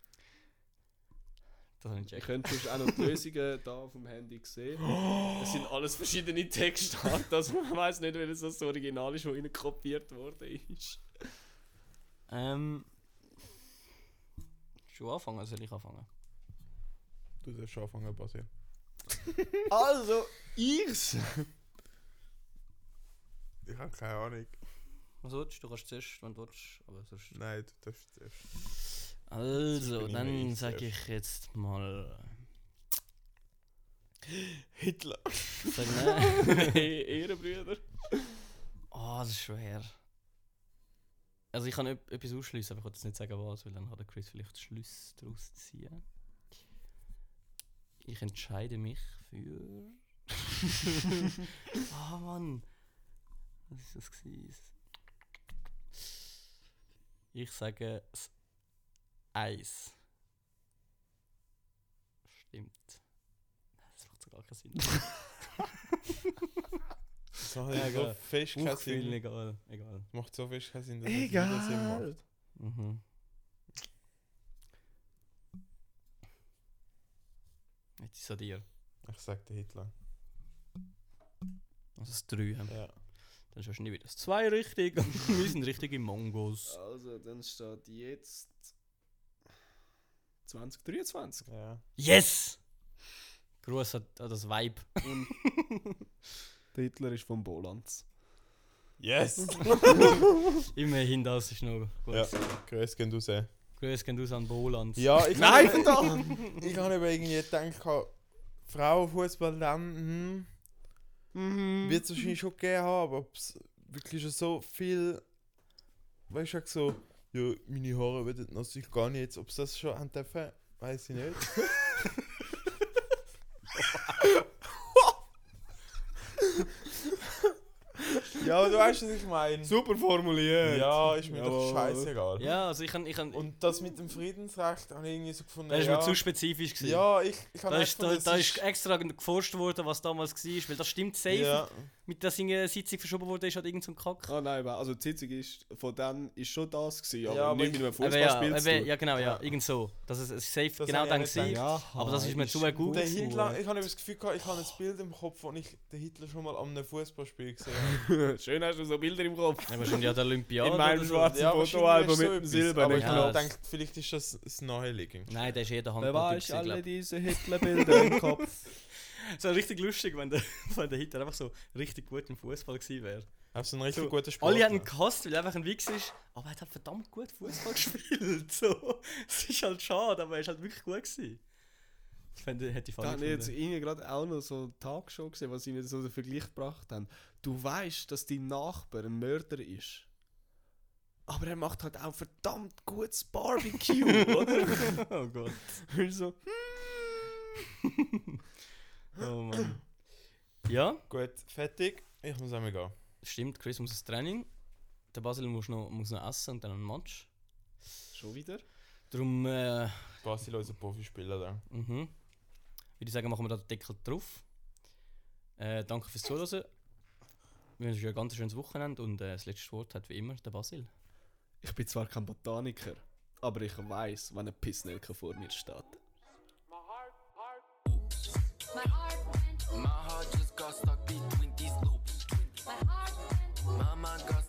Das habe ich Ich gecheckt. könnte sonst auch noch die Lösungen da auf dem Handy sehen. Es sind alles verschiedene Textarten, also man weiß nicht, welches das Original ist, das ihnen kopiert worden ist. Schon anfangen, soll ich anfangen? Du sollst schon anfangen, Basil. Also, ich's! Ich habe keine Ahnung. Was willst du? Du kannst zuerst, wenn du willst, aber sonst... Nein, du darfst zuerst. Also, bin ich dann nicht sage zuerst. ich jetzt mal... Hitler. Sag nein. Ehrenbrüder. Oh, das ist schwer. Also ich kann etwas ausschließen, aber ich kann jetzt nicht sagen was, weil dann kann der Chris vielleicht Schlüsse daraus ziehen. Ich entscheide mich für... Ah Mann. Was ist das gewesen? Ich sage das Eis. Stimmt. Das macht so gar keinen Sinn. Das macht Ja, so egal. fest keinen Bauchgefühl, Sinn. egal. Egal. Das macht so fest keinen Sinn, dass es wieder Sinn macht. Mhm. Jetzt ist es an dir. Ich sag der Hitler. Also das 3 haben wir. Ja. Dann ist wahrscheinlich wieder das 2 richtig. Wir sind richtige Mongos. Also, dann steht jetzt 2023. Ja. Yes! Gruß an das Vibe. Und der Hitler ist vom Bolanz. Yes! Immerhin, das ist noch gut. Ja, grüß gehen raus. Grüß gehen aus an Bolanz. Ja, ich Nein, verdammt! Ich habe eben irgendwie gedacht, Frauenfußball dann, wird es wahrscheinlich schon gegeben haben, aber ob es wirklich schon so viel, weißt du, so, ja, meine Haare werden natürlich gar nicht, jetzt, ob es das schon haben dürfen, weiß ich nicht. Ja, aber du weißt, was ich meine. Super formuliert. Ja, ist mir Jawohl. doch scheißegal. Ja, also ich kann Und das mit dem Friedensrecht habe ich irgendwie so gefunden. das ist ja, mir zu spezifisch gewesen. ja, ich habe Da ist extra geforscht worden, was damals war, weil das stimmt safe. ja, Mit der Sitzung verschoben wurde, ist halt irgend so ein Kack. Ah nein, also die Sitzung ist, von dann ist schon das gewesen, aber Ja, aber nicht mit einem Aber ja, Fußballspiel zu tun. ja, genau, ja, Ja. irgend so. Das ist safe Das genau habe ich dann auch nicht gewesen. Ja, Aber das ist mir zu gut. der gewesen. Hitler, ich habe das Gefühl gehabt, ich habe ein Bild im Kopf, wo ich den Hitler schon mal an einem Fußballspiel gesehen habe. Schön hast du so Bilder im Kopf. Ja, wahrscheinlich an der Olympiade. In meinem oder so. schwarzen wahrscheinlich Fotoalbum ist mit so dem etwas, Silber. aber ich Ja, habe das- gedacht, vielleicht ist das das Naheliegend. Nein, der ist jeder Wer Handball. weiß alle diese Hitlerbilder im Kopf? So richtig lustig, wenn der Hitler einfach so richtig gut im Fußball gewesen wäre. Auf so einen richtig So, guten Sport. Alle haben ihn gehasst, weil er einfach ein Wichs ist, aber er hat halt verdammt gut Fußball gespielt. So. Es ist halt schade, aber er ist halt wirklich gut gewesen. Ich finde, hätte ich Da fand habe ich jetzt irgendwie gerade auch noch so eine Tagshow gesehen, was sie mir so den Vergleich gebracht haben. Du weißt, dass dein Nachbar ein Mörder ist. Aber er macht halt auch verdammt gutes Barbecue, oder? Oh Gott. Und so, Oh Mann. Ja, Gut, fertig. Ich muss einmal gehen. stimmt, Chris muss ein Training. Der Basil muss noch essen und dann ein Match. schon wieder? Darum, Basil, unser Profispieler da. würde ich sagen, machen wir da den Deckel drauf. Danke fürs Zuhören. Wir wünschen euch ein ganz schönes Wochenende und das letzte Wort hat wie immer der Basil. Ich bin zwar kein Botaniker, aber ich weiß, wann eine Pissnelke vor mir steht. My heart just got stuck between these loops. My heart went. Mama got